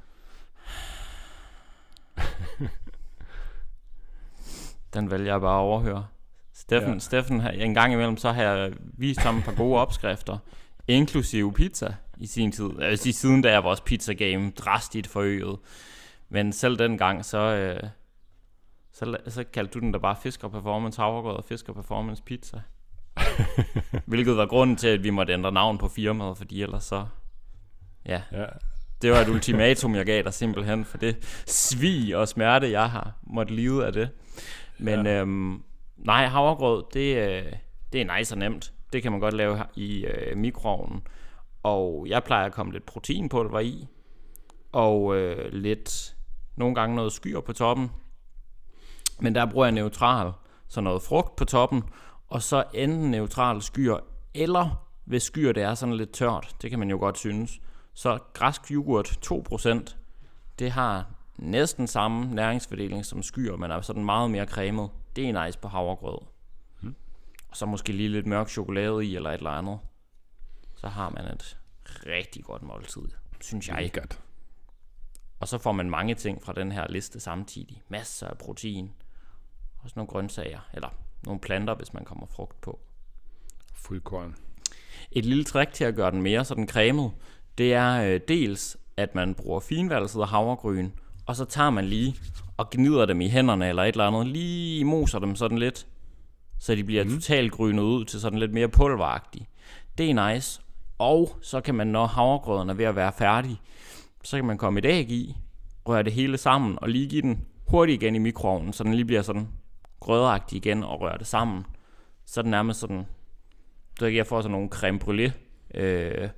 Den vælger jeg bare at overhøre. Steffen, ja. Steffen en gang imellem, så har jeg vist ham et par gode opskrifter, inklusive pizza i sin tid. Jeg vil sige, siden da er vores pizza game drastisk forøget. Men selv dengang, så, øh, så, så kaldte du den der bare Fisker Performance havregrød og Fisker Performance pizza. Hvilket var grunden til, at vi måtte ændre navn på firmaet, fordi ellers så... Ja, ja. Det var et ultimatum, jeg gav dig simpelthen, for det svig og smerte, jeg har måttet lide af det. Men ja. øhm, nej, havregrød, det, øh, det er nice og nemt. Det kan man godt lave i øh, mikroovnen. Og jeg plejer at komme lidt proteinpulver i, og øh, lidt, nogle gange noget skyer på toppen. Men der bruger jeg neutral, så noget frugt på toppen, og så enten neutral skyer, eller hvis skyer det er sådan lidt tørt, det kan man jo godt synes, så græsk yoghurt to procent, det har næsten samme næringsfordeling som skyer, men er sådan meget mere cremet. Det er nice på havregrød. Hmm. Og så måske lige lidt mørk chokolade i, eller et eller andet. Så har man et rigtig godt måltid, synes jeg. Godt. Og så får man mange ting fra den her liste samtidig. Masser af protein. Og sådan nogle grøntsager, eller nogle planter, hvis man kommer frugt på. Fuldkorn. Et lille trick til at gøre den mere sådan cremet, det er øh, dels, at man bruger finvalset havregryn, og så tager man lige og gnider dem i hænderne eller et eller andet, lige moser dem sådan lidt, så de bliver mm. totalt grynet ud til sådan lidt mere pulveragtigt. Det er nice. Og så kan man, når havregrøden er ved at være færdig, så kan man komme et æg i, røre det hele sammen og lige give den hurtigt igen i mikroovnen, så den lige bliver sådan grødagtig igen og røre det sammen. Så er den nærmest sådan, så jeg får sådan nogle creme brûlée øh,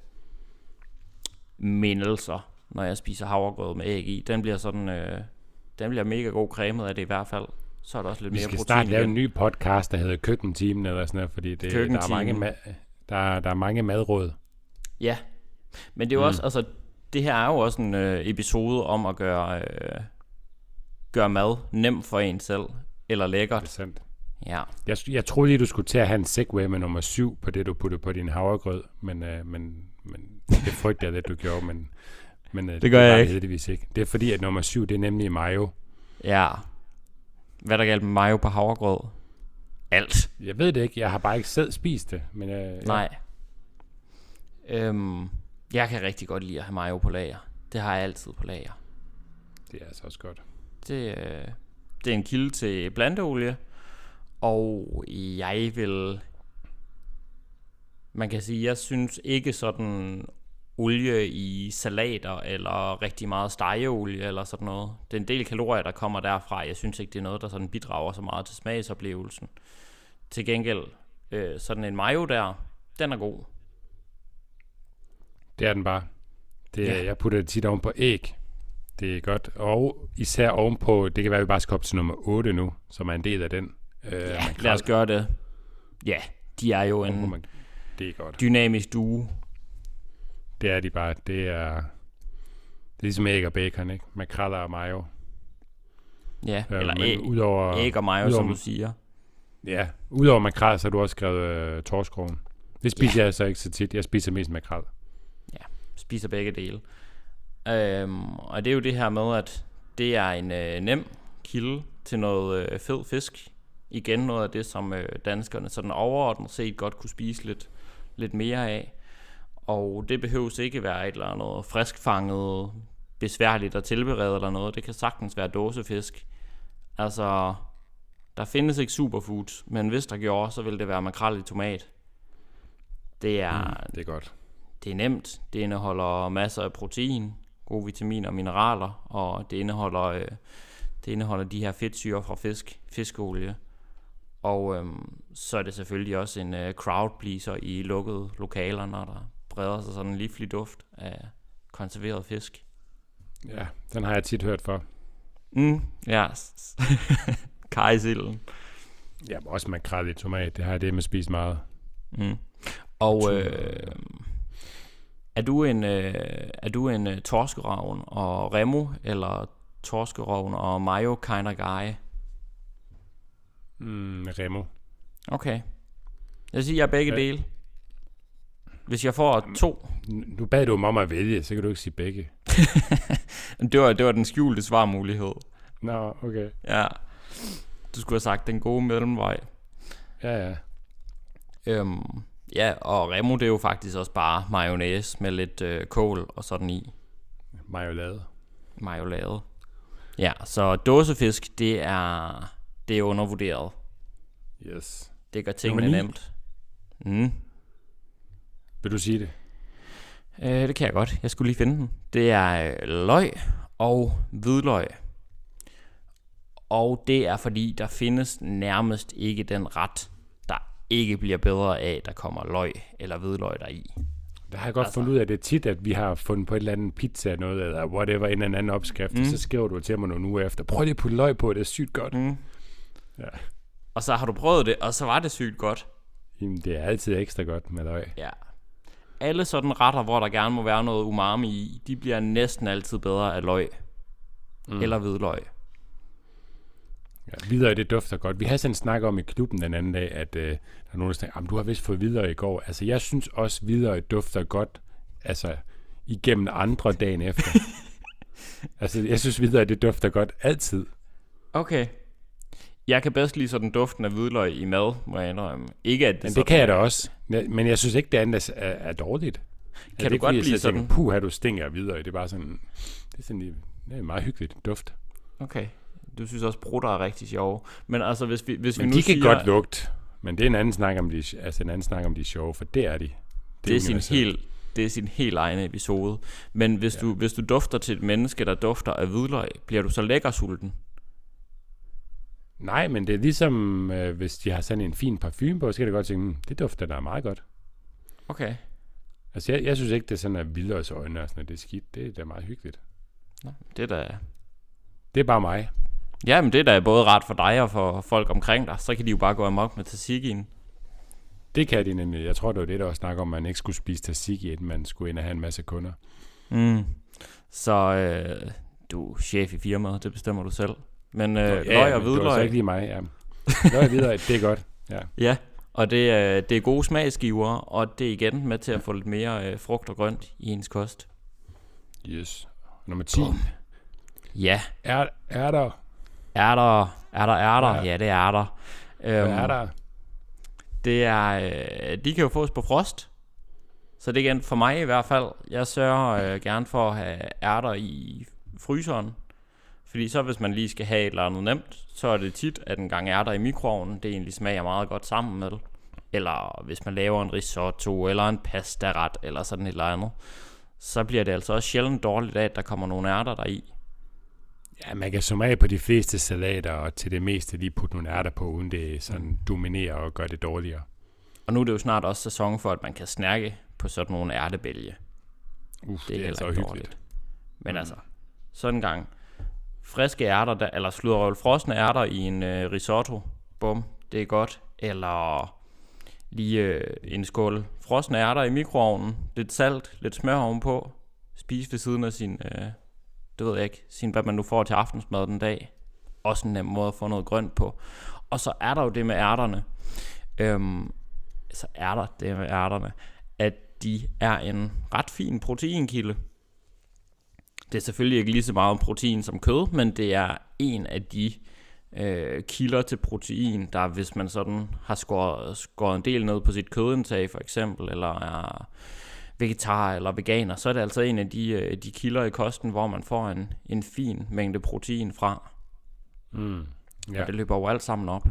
mindelser, når jeg spiser havregrød med æg i. Den bliver sådan, øh, den bliver mega god cremet af det i hvert fald. Så er der også lidt Vi mere protein. Vi skal snart lave en ny podcast, der hedder Køkkentimen eller sådan noget, fordi det, der, er mange ma- der, der er mange madråd. Ja, men det er jo mm. også, altså, det her er jo også en øh, episode om at gøre, øh, gøre mad nemt for en selv, eller lækkert. Det er sandt. Ja. Jeg, jeg troede lige, du skulle til at have en segway med nummer syv på det, du puttede på din havregrød, men, øh, men, men det frygter jeg lidt, du gjorde, men, men øh, det gør det jeg ikke. Heldigvis ikke. Det er fordi, at nummer syv, det er nemlig mayo. Ja. Hvad der galt med mayo på havregrød? Alt. Jeg ved det ikke, jeg har bare ikke selv spist det. Men, øh, Nej. Ja. Øhm, jeg kan rigtig godt lide at have mayo på lager. Det har jeg altid på lager. Det er altså også godt. Det, øh, det er en kilde til planteolie. Og jeg vil... Man kan sige, jeg synes ikke sådan olie i salater eller rigtig meget stegeolie eller sådan noget. Det er en del kalorier, der kommer derfra. Jeg synes ikke, det er noget, der sådan bidrager så meget til smagsoplevelsen. Til gengæld, øh, sådan en mayo der, den er god. Det er den bare. Det, ja. Jeg putter det tit oven på æg. Det er godt. Og især ovenpå, det kan være, at vi bare skal op til nummer otte nu, som er en del af den. Øh, ja, lad os gøre det. Ja, de er jo en man, det er godt. Dynamisk duo. Det er de bare. Det er, det er ligesom æg og bacon, ikke? Makreller og mayo. Ja, øh, eller æg, udover, æg og mayo, udover, som du siger. Ja, udover makrel, så har du også skrevet øh, torskrogen. Det spiser ja. jeg så ikke så tit. Jeg spiser mest makrel. Ja, spiser begge dele. Øhm, og det er jo det her med, at det er en øh, nem kilde til noget øh, fed fisk. Igen noget af det, som øh, danskerne sådan overordnet set godt kunne spise lidt, lidt mere af. Og det behøves ikke være et eller andet friskfanget, besværligt at tilberede eller noget. Det kan sagtens være dåsefisk. Altså, der findes ikke superfoods, men hvis der gjorde, så ville det være makrel i tomat. Det er, mm, det er godt. Det er nemt. Det indeholder masser af protein, gode vitaminer og mineraler, og det indeholder, øh, det indeholder de her fedtsyrer fra fisk, fiskeolie. Og øhm, så er det selvfølgelig også en øh, crowd pleaser i lukkede lokaler, når der breder sig sådan en livlig duft af konserveret fisk. Ja, den har jeg tit hørt for. Mm, ja. Kajsilden. Ja, også makrel i tomat, det har jeg det med spist meget. Mm. Og øh, er du en, øh, er du en uh, torskeravn og Remo, eller torskeravn og mayo kind of guy? Mm, Remo. Okay. Jeg vil sige, jeg er begge ja. dele. Hvis jeg får to... Nu bad du om at vælge, så kan du ikke sige begge. det, var, det var den skjulte svarmulighed. Nå, okay. Ja. Du skulle have sagt den gode mellemvej. Ja, ja. Øhm, ja, og Remo, det er jo faktisk også bare mayonnaise med lidt øh, kål og sådan i. Majolade. Majolade. Ja, så dåsefisk, det er, det er undervurderet. Yes. Det gør tingene nemt. Mm. Vil du sige det? Øh, det kan jeg godt. Jeg skulle lige finde den. Det er øh, løg og hvidløg. Og det er fordi, der findes nærmest ikke den ret, der ikke bliver bedre af, der kommer løg eller hvidløg deri. Der har jeg godt altså. fundet ud af det tit, at vi har fundet på et eller andet pizza noget, eller whatever, en eller anden opskrift, mm. og så skriver du til mig nogle uger efter, prøv lige at putte løg på, det er sygt godt. Mm. Ja. Og så har du prøvet det, og så var det sygt godt. Jamen, det er altid ekstra godt med løg. Ja. Alle sådan retter, hvor der gerne må være noget umami i, de bliver næsten altid bedre af løg. Mm. Eller hvidløg. Ja, hvidløg, det dufter godt. Vi havde sådan en snak om i klubben den anden dag, at øh, der er nogen, der snakker, du har vist fået hvidløg i går. Altså, jeg synes også, hvidløg dufter godt, altså, igennem andre dagen efter. Altså, jeg synes, hvidløg, det dufter godt altid. Okay. Jeg kan bedst lide sådan duften af hvidløg i mad, må jeg indrømme. Ikke at det, men det kan jeg da også. Men jeg synes ikke, det andet er, er dårligt. Kan altså, du ikke, godt lide sådan? Tænker, puh, her du stinker af hvidløg. Det er bare sådan, det er sådan, det er meget hyggeligt duft. Okay. Du synes også, brutter er rigtig sjove. Men altså, hvis vi, hvis men vi nu de kan siger, godt lugte. Men det er en anden snak om de, altså en anden snak om de sjove, for det er de. Det, det, er, sin helt, det er sin helt egen episode. Men hvis, ja. du, hvis du dufter til et menneske, der dufter af hvidløg, bliver du så lækker sulten? Nej, men det er ligesom, øh, hvis de har sådan en fin parfume på, så kan det godt tænke, det dufter da meget godt. Okay. Altså, jeg, jeg synes ikke, det er sådan, at hvidløgsøjne og sådan noget, det er skidt. Det er da meget hyggeligt. Nå, det er da... Det er bare mig. Ja, men det er da både ret for dig og for folk omkring dig. Så kan de jo bare gå amok med tzatzikien. Det kan de nemlig. Jeg tror, det var det, der var snak om, at man ikke skulle spise tzatziki, inden man skulle ind og have en masse kunder. Mm. Så øh, du er chef i firmaet, det bestemmer du selv. Men øh, ja, løg og hvidløg... Det var så ikke lige mig, ja. Løg og hvidløg, det er godt. Ja, ja, og det, øh, det er gode smagsgiver, og det er igen med til at få lidt mere øh, frugt og grønt i ens kost. Yes. Nummer ti. Boom. Ja. Er, er der... Er der, er der, er der? Ja, ja det er der. Hvad um, er der? Det er, øh, de kan jo fås på frost. Så det er igen for mig i hvert fald. Jeg sørger øh, gerne for at have ærter i fryseren. Fordi så hvis man lige skal have et eller andet nemt, så er det tit, at en gang ærter i mikroovnen, det egentlig smager meget godt sammen med. Eller hvis man laver en risotto, eller en pastaret, eller sådan et eller andet. Så bliver det altså også sjældent dårligt af, at der kommer nogle ærter deri. Ja, man kan summe af på de fleste salater, og til det meste lige putte nogle ærter på, uden det sådan mm. dominerer og gør det dårligere. Og nu er det jo snart også sæson for, at man kan snakke på sådan nogle ærtebælge. Uff, det er, det er altså hyggeligt. Dårligt. Men mm. altså, sådan en gang. Friske ærter, der, eller sludderøvel frosne ærter i en øh, risotto. Bum, det er godt. Eller lige øh, en skål frosne ærter i mikroovnen. Lidt salt, lidt smør ovenpå. Spis ved siden af sin... Øh, det ved jeg ikke, sin hvad man nu får til aftensmad den dag. Også en nem måde at få noget grønt på. Og så er der jo det med ærterne. Øhm, så er der det med ærterne, at de er en ret fin proteinkilde. Det er selvfølgelig ikke lige så meget protein som kød, men det er en af de øh, kilder til protein, der hvis man sådan har skåret, skåret en del ned på sit kødindtag for eksempel, eller er vegetar eller veganer, så er det altså en af de, de kilder i kosten, hvor man får en, en fin mængde protein fra. Mm, ja. Og det løber jo alt sammen op.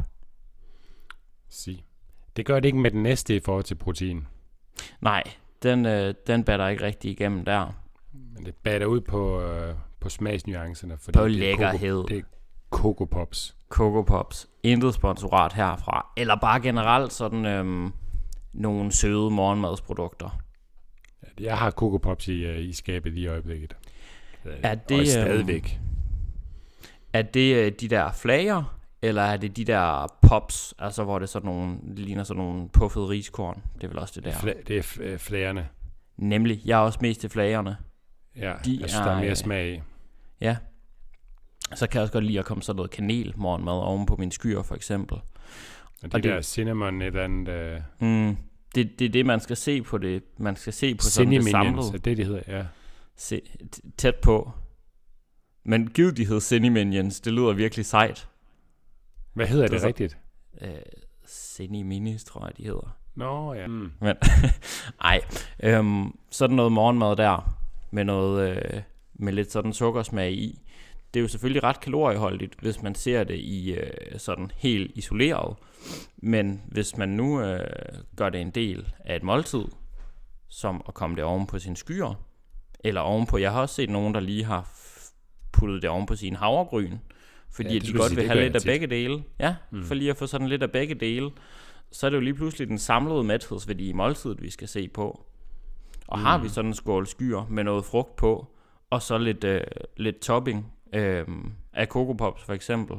Sig. Det gør det ikke med den næste i forhold til protein. Nej, den, øh, den batter ikke rigtig igennem der. Men det batter ud på, øh, på smagsnuancerne. Fordi på lækkerhed. Det er Coco Pops. Coco Pops. Intet sponsorat herfra. Eller bare generelt sådan øhm, nogle søde morgenmadsprodukter. Jeg har Coco Pops i, uh, i skabet lige i øjeblikket. Er det, og stadigvæk. Er det de der flager, eller er det de der pops, altså hvor det sådan nogle, det ligner sådan nogle puffede riskorn? Det er vel også det der. Fla- det er f- flagerne. Nemlig, jeg er også mest til flagerne. Ja, de jeg synes, er, der er mere smag i. Ja. Så kan jeg også godt lide at komme sådan noget kanel morgenmad oven på mine skyer, for eksempel. Og det, og det der cinnamon et eller andet... Uh... Mm, det, det er det, man skal se på det. Man skal se på sådan det samlede. Cinnamon, det det hedder, ja. Se, t- tæt på. Men givet de hed Cinnaminions, det lyder virkelig sejt. Hvad hedder det, det så, rigtigt? Øh, Cineminis, tror jeg, de hedder. Nå, ja. Mm. Men, ej, øhm, sådan noget morgenmad der, med noget, øh, med lidt sådan sukkersmag i. Det er jo selvfølgelig ret kalorieholdigt, hvis man ser det i øh, sådan helt isoleret. Men hvis man nu øh, gør det en del af et måltid, som at komme det oven på sine skyer, eller ovenpå, jeg har også set nogen, der lige har puttet det oven på sin havregryn, fordi ja, de godt sige, vil have lidt af begge dele. Ja, mm. for lige at få sådan lidt af begge dele. Så er det jo lige pludselig den samlede mæthedsværdi i måltidet, vi skal se på. Og mm. har vi sådan en skål skyer med noget frugt på, og så lidt, øh, lidt topping øh, af Coco Pops for eksempel,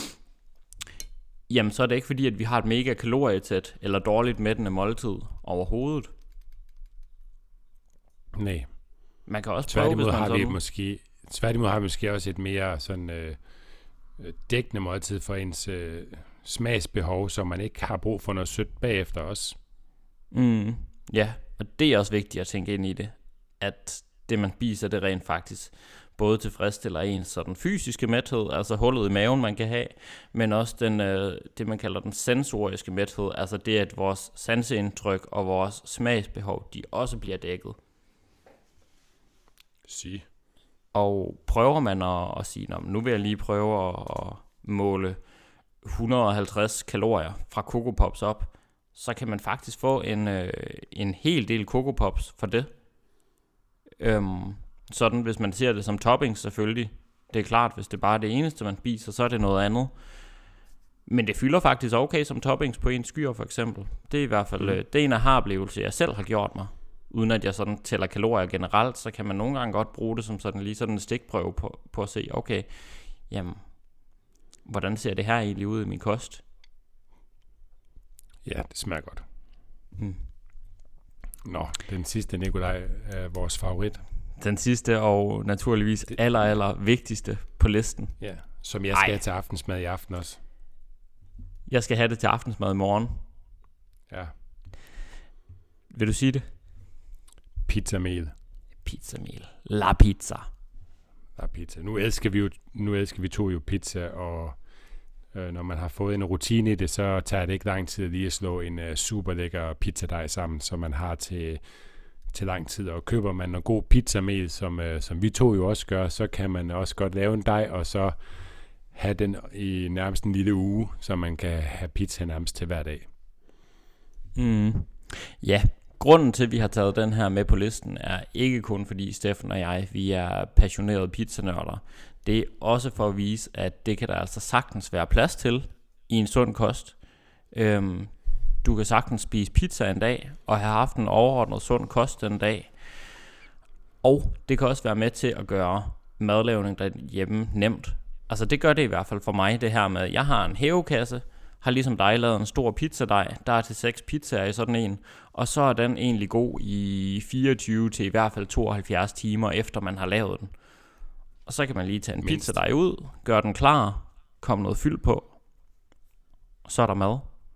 jamen så er det ikke fordi, at vi har et mega kalorietæt eller dårligt mættende måltid overhovedet. Nej. Man kan også prøve, tværtimod hvis man har sådan... vi måske, tværtimod har vi måske også et mere sådan øh, dækkende måltid for ens øh, smagsbehov, så man ikke har brug for noget sødt bagefter også. Mm, ja, og det er også vigtigt at tænke ind i det, at det man spiser, det rent faktisk både tilfredsstiller ens sådan fysiske mæthed, altså hullet i maven man kan have, men også den, øh, det man kalder den sensoriske mæthed, altså det at vores sanseindtryk og vores smagsbehov, de også bliver dækket. Sige. Og prøver man at, at sige, nu vil jeg lige prøve at, at måle et hundrede og halvtreds kalorier fra Coco Pops op, så kan man faktisk få en, øh, en hel del Coco Pops for det. Øhm, sådan, hvis man ser det som topping selvfølgelig. Det er klart, hvis det bare er det eneste, man spiser, så er det noget andet. Men det fylder faktisk okay som toppings på en skyer for eksempel. Det er i hvert fald mm. øh, det er en aha-oplevelse, jeg selv har gjort mig. Uden at jeg sådan tæller kalorier generelt, så kan man nogle gange godt bruge det som sådan lige sådan en stikprøve på, på at se, okay, jamen, hvordan ser det her egentlig ud i min kost? Ja, det smager godt. Mm. Nå, den sidste, Nikolaj, er vores favorit. Den sidste og naturligvis det, aller, aller vigtigste på listen. Ja, som jeg skal Ej. have til aftensmad i aften også. Jeg skal have det til aftensmad i morgen. Ja. Vil du sige det? Pizzamel. Pizzamel. La pizza. La pizza. Nu elsker vi jo, nu elsker vi to jo pizza, og øh, når man har fået en rutine i det, så tager det ikke lang tid lige at slå en uh, super lækker pizzadej sammen, som man har til, til lang tid. Og køber man en god pizzamel, som, øh, som vi to jo også gør, så kan man også godt lave en dej, og så have den i nærmest en lille uge, så man kan have pizza nærmest til hver dag. Mm. Ja, grunden til, at vi har taget den her med på listen, er ikke kun fordi Steffen og jeg, vi er passionerede pizzanørder. Det er også for at vise, at det kan der altså sagtens være plads til i en sund kost. Øhm, du kan sagtens spise pizza en dag, og have haft en overordnet sund kost en dag. Og det kan også være med til at gøre madlavning derhjemme nemt. Altså det gør det i hvert fald for mig, det her med, at jeg har en hævekasse, har ligesom dig lavet en stor pizzadej, der er til seks pizzaer i sådan en, og så er den egentlig god i fireogtyve til i hvert fald tooghalvfjerds timer efter man har lavet den. Og så kan man lige tage en Mindst. pizzadej ud, gøre den klar, komme noget fyld på, og så er der mad.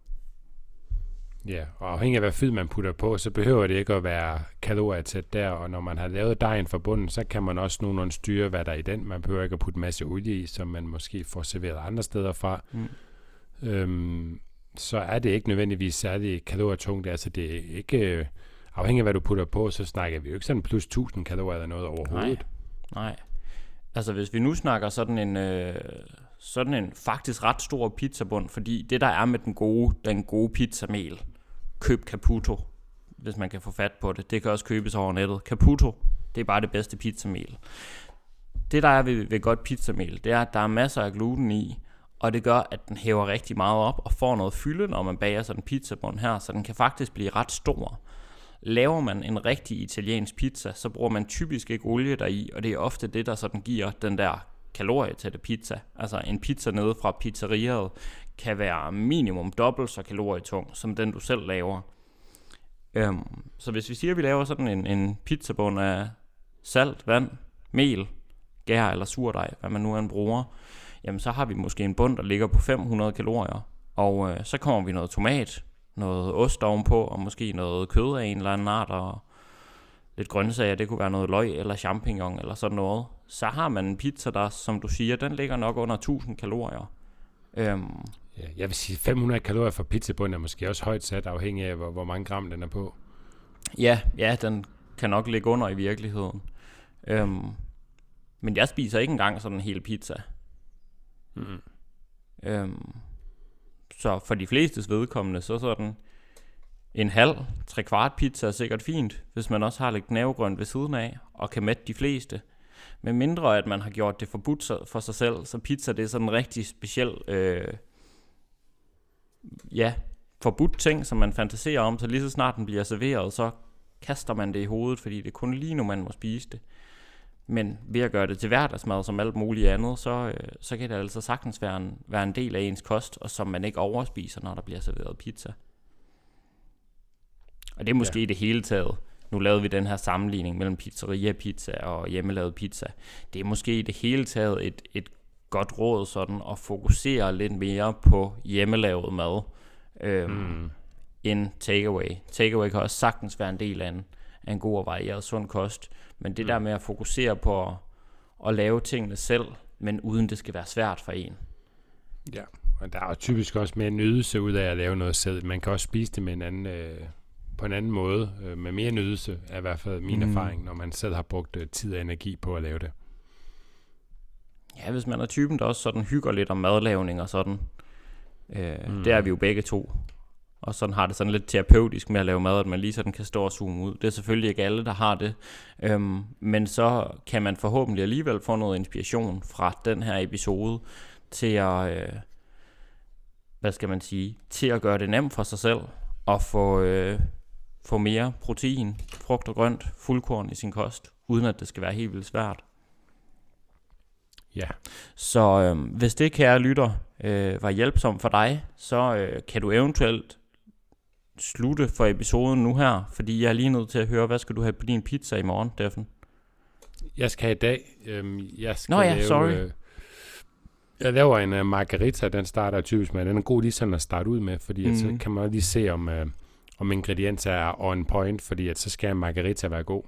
Ja, og afhængig af hvad fyld man putter på, så behøver det ikke at være kalorietæt der, og når man har lavet dejen fra bunden, så kan man også nogenlunde styre, hvad der er i den. Man behøver ikke at putte en masse olie i, som man måske får serveret andre steder fra. Mm. Øhm, så er det ikke nødvendigvis særlig kalorietungt. Altså det er ikke, øh, afhængig af hvad du putter på, så snakker vi jo ikke sådan plus tusind kalorier eller noget overhovedet. Nej, nej. Altså hvis vi nu snakker sådan en, øh, sådan en faktisk ret stor pizzabund, fordi det der er med den gode, den gode pizzamel, køb Caputo, hvis man kan få fat på det. Det kan også købes over nettet. Caputo, det er bare det bedste pizzamel. Det der er ved, ved godt pizzamel, det er, at der er masser af gluten i, og det gør, at den hæver rigtig meget op og får noget fylde, når man bager sådan en pizzabund her, så den kan faktisk blive ret stor. laver man en rigtig italiensk pizza, så bruger man typisk ikke olie deri, og det er ofte det, der sådan giver den der kalorietætte pizza. Altså en pizza nede fra pizzeriet kan være minimum dobbelt så kalorietung, som den du selv laver. Øhm, så hvis vi siger, at vi laver sådan en, en pizzabund af salt, vand, mel, gær eller surdej, hvad man nu end bruger, jamen så har vi måske en bund, der ligger på fem hundrede kalorier. Og øh, så kommer vi noget tomat, noget ost ovenpå, og måske noget kød af en eller anden art, og lidt grøntsager, det kunne være noget løg eller champignon eller sådan noget. Så har man en pizza, der, som du siger, den ligger nok under tusind kalorier. Øhm, ja, jeg vil sige, fem hundrede kalorier for pizzabunden er måske også højt sat, afhængig af, hvor, hvor mange gram den er på. Ja, ja, den kan nok ligge under i virkeligheden. Øhm, men jeg spiser ikke engang sådan en hel pizza. Mm. Øhm, så for de flestes vedkommende, så sådan en halv, tre kvart pizza er sikkert fint, hvis man også har lidt knævegrønt ved siden af, og kan mætte de fleste. Men mindre at man har gjort det forbudt for sig selv, så pizza det er sådan en rigtig speciel, øh, ja, forbudt ting, som man fantaserer om, så lige så snart den bliver serveret, så kaster man det i hovedet, fordi det er kun lige nu, man må spise det. Men ved at gøre det til hverdagsmad som alt muligt andet, så, øh, så kan det altså sagtens være en, være en del af ens kost, og som man ikke overspiser, når der bliver serveret pizza. Og det er måske ja. i det hele taget. Nu lavede vi den her sammenligning mellem pizzeria-pizza og hjemmelavet pizza. Det er måske i det hele taget et, et godt råd sådan at fokusere lidt mere på hjemmelavet mad øhm, mm. end takeaway. Takeaway kan også sagtens være en del af en, af en god og varieret sund kost. Men det mm. der med at fokusere på at, at lave tingene selv, men uden det skal være svært for en. Ja, og der er jo typisk også mere nydelse ud af at lave noget selv. Man kan også spise det med en anden... Øh på en anden måde, øh, med mere nydelse, er i hvert fald min mm. erfaring, når man selv har brugt øh, tid og energi på at lave det. Ja, hvis man er typen, der også sådan hygger lidt om madlavning og sådan. Øh, mm. Det er vi jo begge to. Og sådan har det sådan lidt terapeutisk med at lave mad, at man lige sådan kan stå og zoome ud. Det er selvfølgelig ikke alle, der har det. Øhm, men så kan man forhåbentlig alligevel få noget inspiration fra den her episode til at, øh, hvad skal man sige, til at gøre det nemt for sig selv og få... Øh, få mere protein, frugt og grønt, fuldkorn i sin kost, uden at det skal være helt vildt svært. Ja. Så øh, hvis det, kære lytter, øh, var hjælpsomt for dig, så øh, kan du eventuelt slutte for episoden nu her, fordi jeg er lige nødt til at høre, hvad skal du have på din pizza i morgen, Steffen? Jeg skal have i dag. Øhm, jeg skal Nå ja, lave, sorry. Øh, jeg laver en uh, margarita, den starter typisk med. Den er god lige sådan at starte ud med, fordi mm. at, så kan man lige se, om... Øh, om ingredienser er on point, fordi at så skal en margarita være god.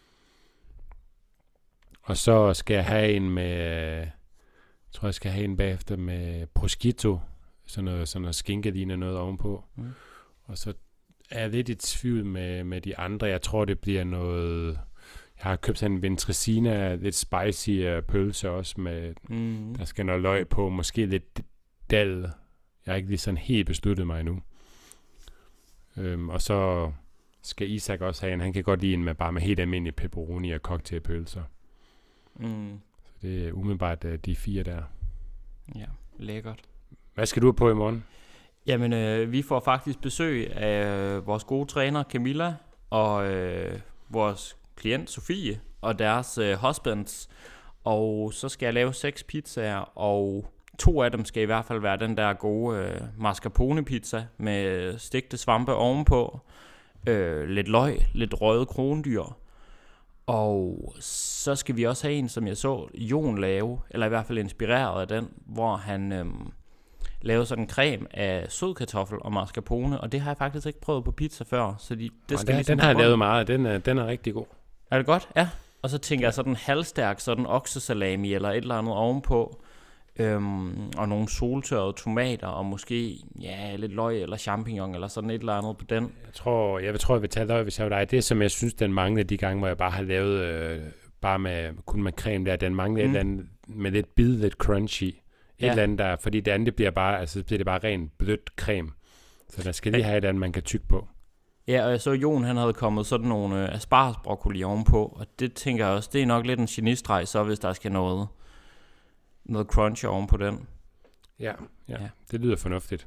Og så skal jeg have en med, jeg tror jeg skal have en bagefter med prosciutto, sådan noget, sådan noget skinke noget ovenpå. Mm. Og så er jeg lidt i tvivl med, med de andre. Jeg tror det bliver noget, jeg har købt sådan en ventresina, lidt spicy uh, pølse også, med, mm. der skal noget løg på, måske lidt dal. Jeg har ikke lige sådan helt besluttet mig endnu. Øhm, og så skal Isak også have en. Han kan godt lide en med bare med helt almindelig pepperoni og cocktailpølser. Mm. Så det er umiddelbart uh, de fire der. Ja, lækkert. Hvad skal du have på i morgen? Jamen, øh, vi får faktisk besøg af øh, vores gode træner Camilla og øh, vores klient Sofie og deres øh, husbands. Og så skal jeg lave seks pizzaer, og to af dem skal i hvert fald være den der gode øh, mascarpone pizza med stegte svampe ovenpå, øh, lidt løg, lidt røget krondyr. Og så skal vi også have en, som jeg så Jon lave, eller i hvert fald inspireret af den, hvor han øh, lavede sådan en creme af sødkartoffel og mascarpone, og det har jeg faktisk ikke prøvet på pizza før, så de, det skal den, ligesom den har jeg lavet meget, den er, den er rigtig god. Er det godt? Ja. Og så tænker ja. jeg sådan halvstærk, sådan oksesalami eller et eller andet ovenpå, Øhm, og nogle soltørrede tomater, og måske ja, lidt løg eller champignon, eller sådan et eller andet på den. Jeg tror, jeg tror, jeg vil tage løg, hvis jeg var dig. Det, som jeg synes, den manglede de gange, hvor jeg bare har lavet, øh, bare med, kun med creme der, den manglede mm. et eller andet, med lidt bid, lidt crunchy. Et ja. eller andet der, fordi det andet, det bliver bare, altså, det bliver det bare rent blødt creme. Så der skal lige have et andet, man kan tygge på. Ja, og jeg så Jon, han havde kommet sådan nogle øh, aspargesbroccoli ovenpå, og det tænker jeg også, det er nok lidt en genistreg, så hvis der skal noget noget crunch oven på den. Ja, ja, ja, det lyder fornuftigt.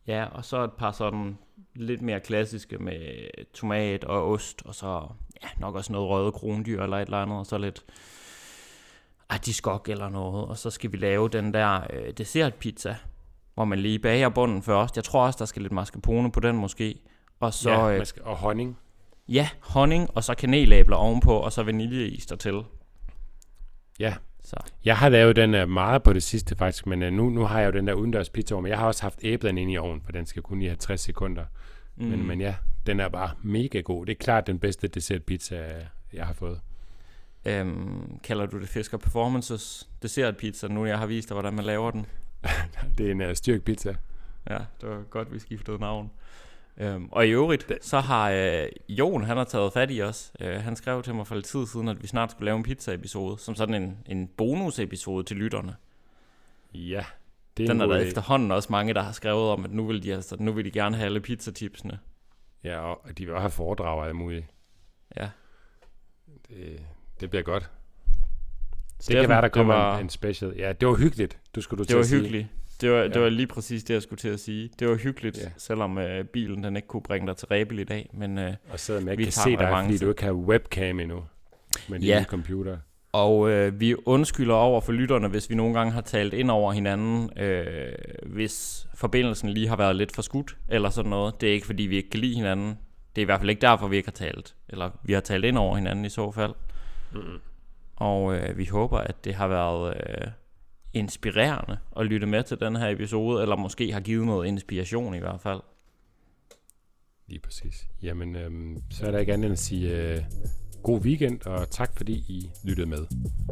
Ja, og så et par sådan lidt mere klassiske med tomat og ost, og så ja, nok også noget røde krondyr eller et eller andet, og så lidt artiskok eller noget. Og så skal vi lave den der øh, dessertpizza, hvor man lige bager bunden først. Jeg tror også, der skal lidt mascarpone på den måske. Og så ja, øh, og honning. Ja, honning, og så kanelabler ovenpå, og så vaniljeis dertil. Ja, så. Jeg har lavet den uh, meget på det sidste faktisk, men uh, nu, nu har jeg jo den der udendørs pizza over, men jeg har også haft æblen inde i ovnen, for den skal kun lige have tres sekunder. Mm. Men, men ja, den er bare mega god. Det er klart den bedste dessertpizza, jeg har fået. Øhm, kalder du det Fisker Performances dessertpizza, nu jeg har vist dig, hvordan man laver den? Det er en uh, styrkepizza. Ja, det var godt, vi skiftede navn. Øhm, og i øvrigt, så har øh, Jon, han har taget fat i os. Øh, han skrev til mig for lidt tid siden, at vi snart skulle lave en pizza-episode, som sådan en, en bonus-episode til lytterne. Ja, det er Den er der idé. Efterhånden også mange, der har skrevet om, at nu vil de, altså, nu vil de gerne have alle pizzatipsene. Ja, og de vil også have foredrag og alt muligt. Ja. Det, det bliver godt. Det Steffen, kan være, der kommer var, en, en special. Ja, det var hyggeligt, du skulle du det til var at sige. hyggeligt. Det var, ja. det var lige præcis det, jeg skulle til at sige. Det var hyggeligt, ja. selvom øh, bilen den ikke kunne bringe dig til Rebel i dag. Men, øh, og selvom jeg ikke kan se dig, fordi du ikke har webcam endnu med din ja. computer. Og øh, vi undskylder over for lytterne, hvis vi nogle gange har talt ind over hinanden, øh, hvis forbindelsen lige har været lidt for skudt, eller sådan noget. Det er ikke, fordi vi ikke kan lide hinanden. Det er i hvert fald ikke derfor, vi ikke har talt. Eller vi har talt ind over hinanden i så fald. Mm-hmm. Og øh, vi håber, at det har været øh, inspirerende at lytte med til den her episode, eller måske har givet noget inspiration i hvert fald. Lige præcis. Jamen, øhm, så er der ikke andet end at sige øh, god weekend, og tak fordi I lyttede med.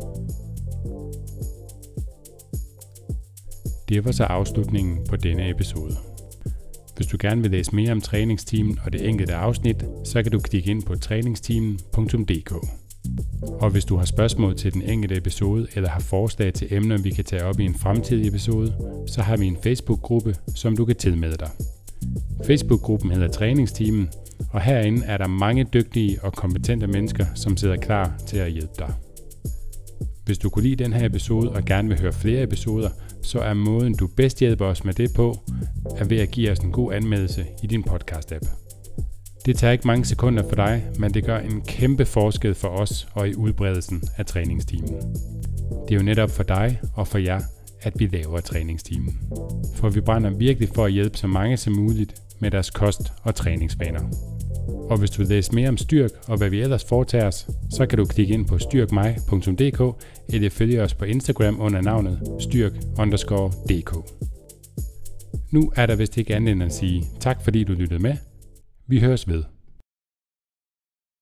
Det var så afslutningen på denne episode. Hvis du gerne vil læse mere om træningsteamen og det enkelte afsnit, så kan du klikke ind på træningsteamen punktum d k. Og hvis du har spørgsmål til den enkelte episode, eller har forslag til emner, vi kan tage op i en fremtidig episode, så har vi en Facebook-gruppe, som du kan tilmelde dig. Facebook-gruppen hedder Træningsteamen, og herinde er der mange dygtige og kompetente mennesker, som sidder klar til at hjælpe dig. Hvis du kunne lide den her episode og gerne vil høre flere episoder, så er måden du bedst hjælper os med det på, er ved at give os en god anmeldelse i din podcast-app. Det tager ikke mange sekunder for dig, men det gør en kæmpe forskel for os og i udbredelsen af træningsteamen. Det er jo netop for dig og for jer, at vi laver træningsteamen. For vi brænder virkelig for at hjælpe så mange som muligt med deres kost- og træningsvaner. Og hvis du vil læse mere om Styrk og hvad vi ellers foretager os, så kan du klikke ind på styrk mig punktum d k eller følge os på Instagram under navnet styrk underscore d k. Nu er der vist ikke andet end at sige tak fordi du lyttede med. Vi høres ved.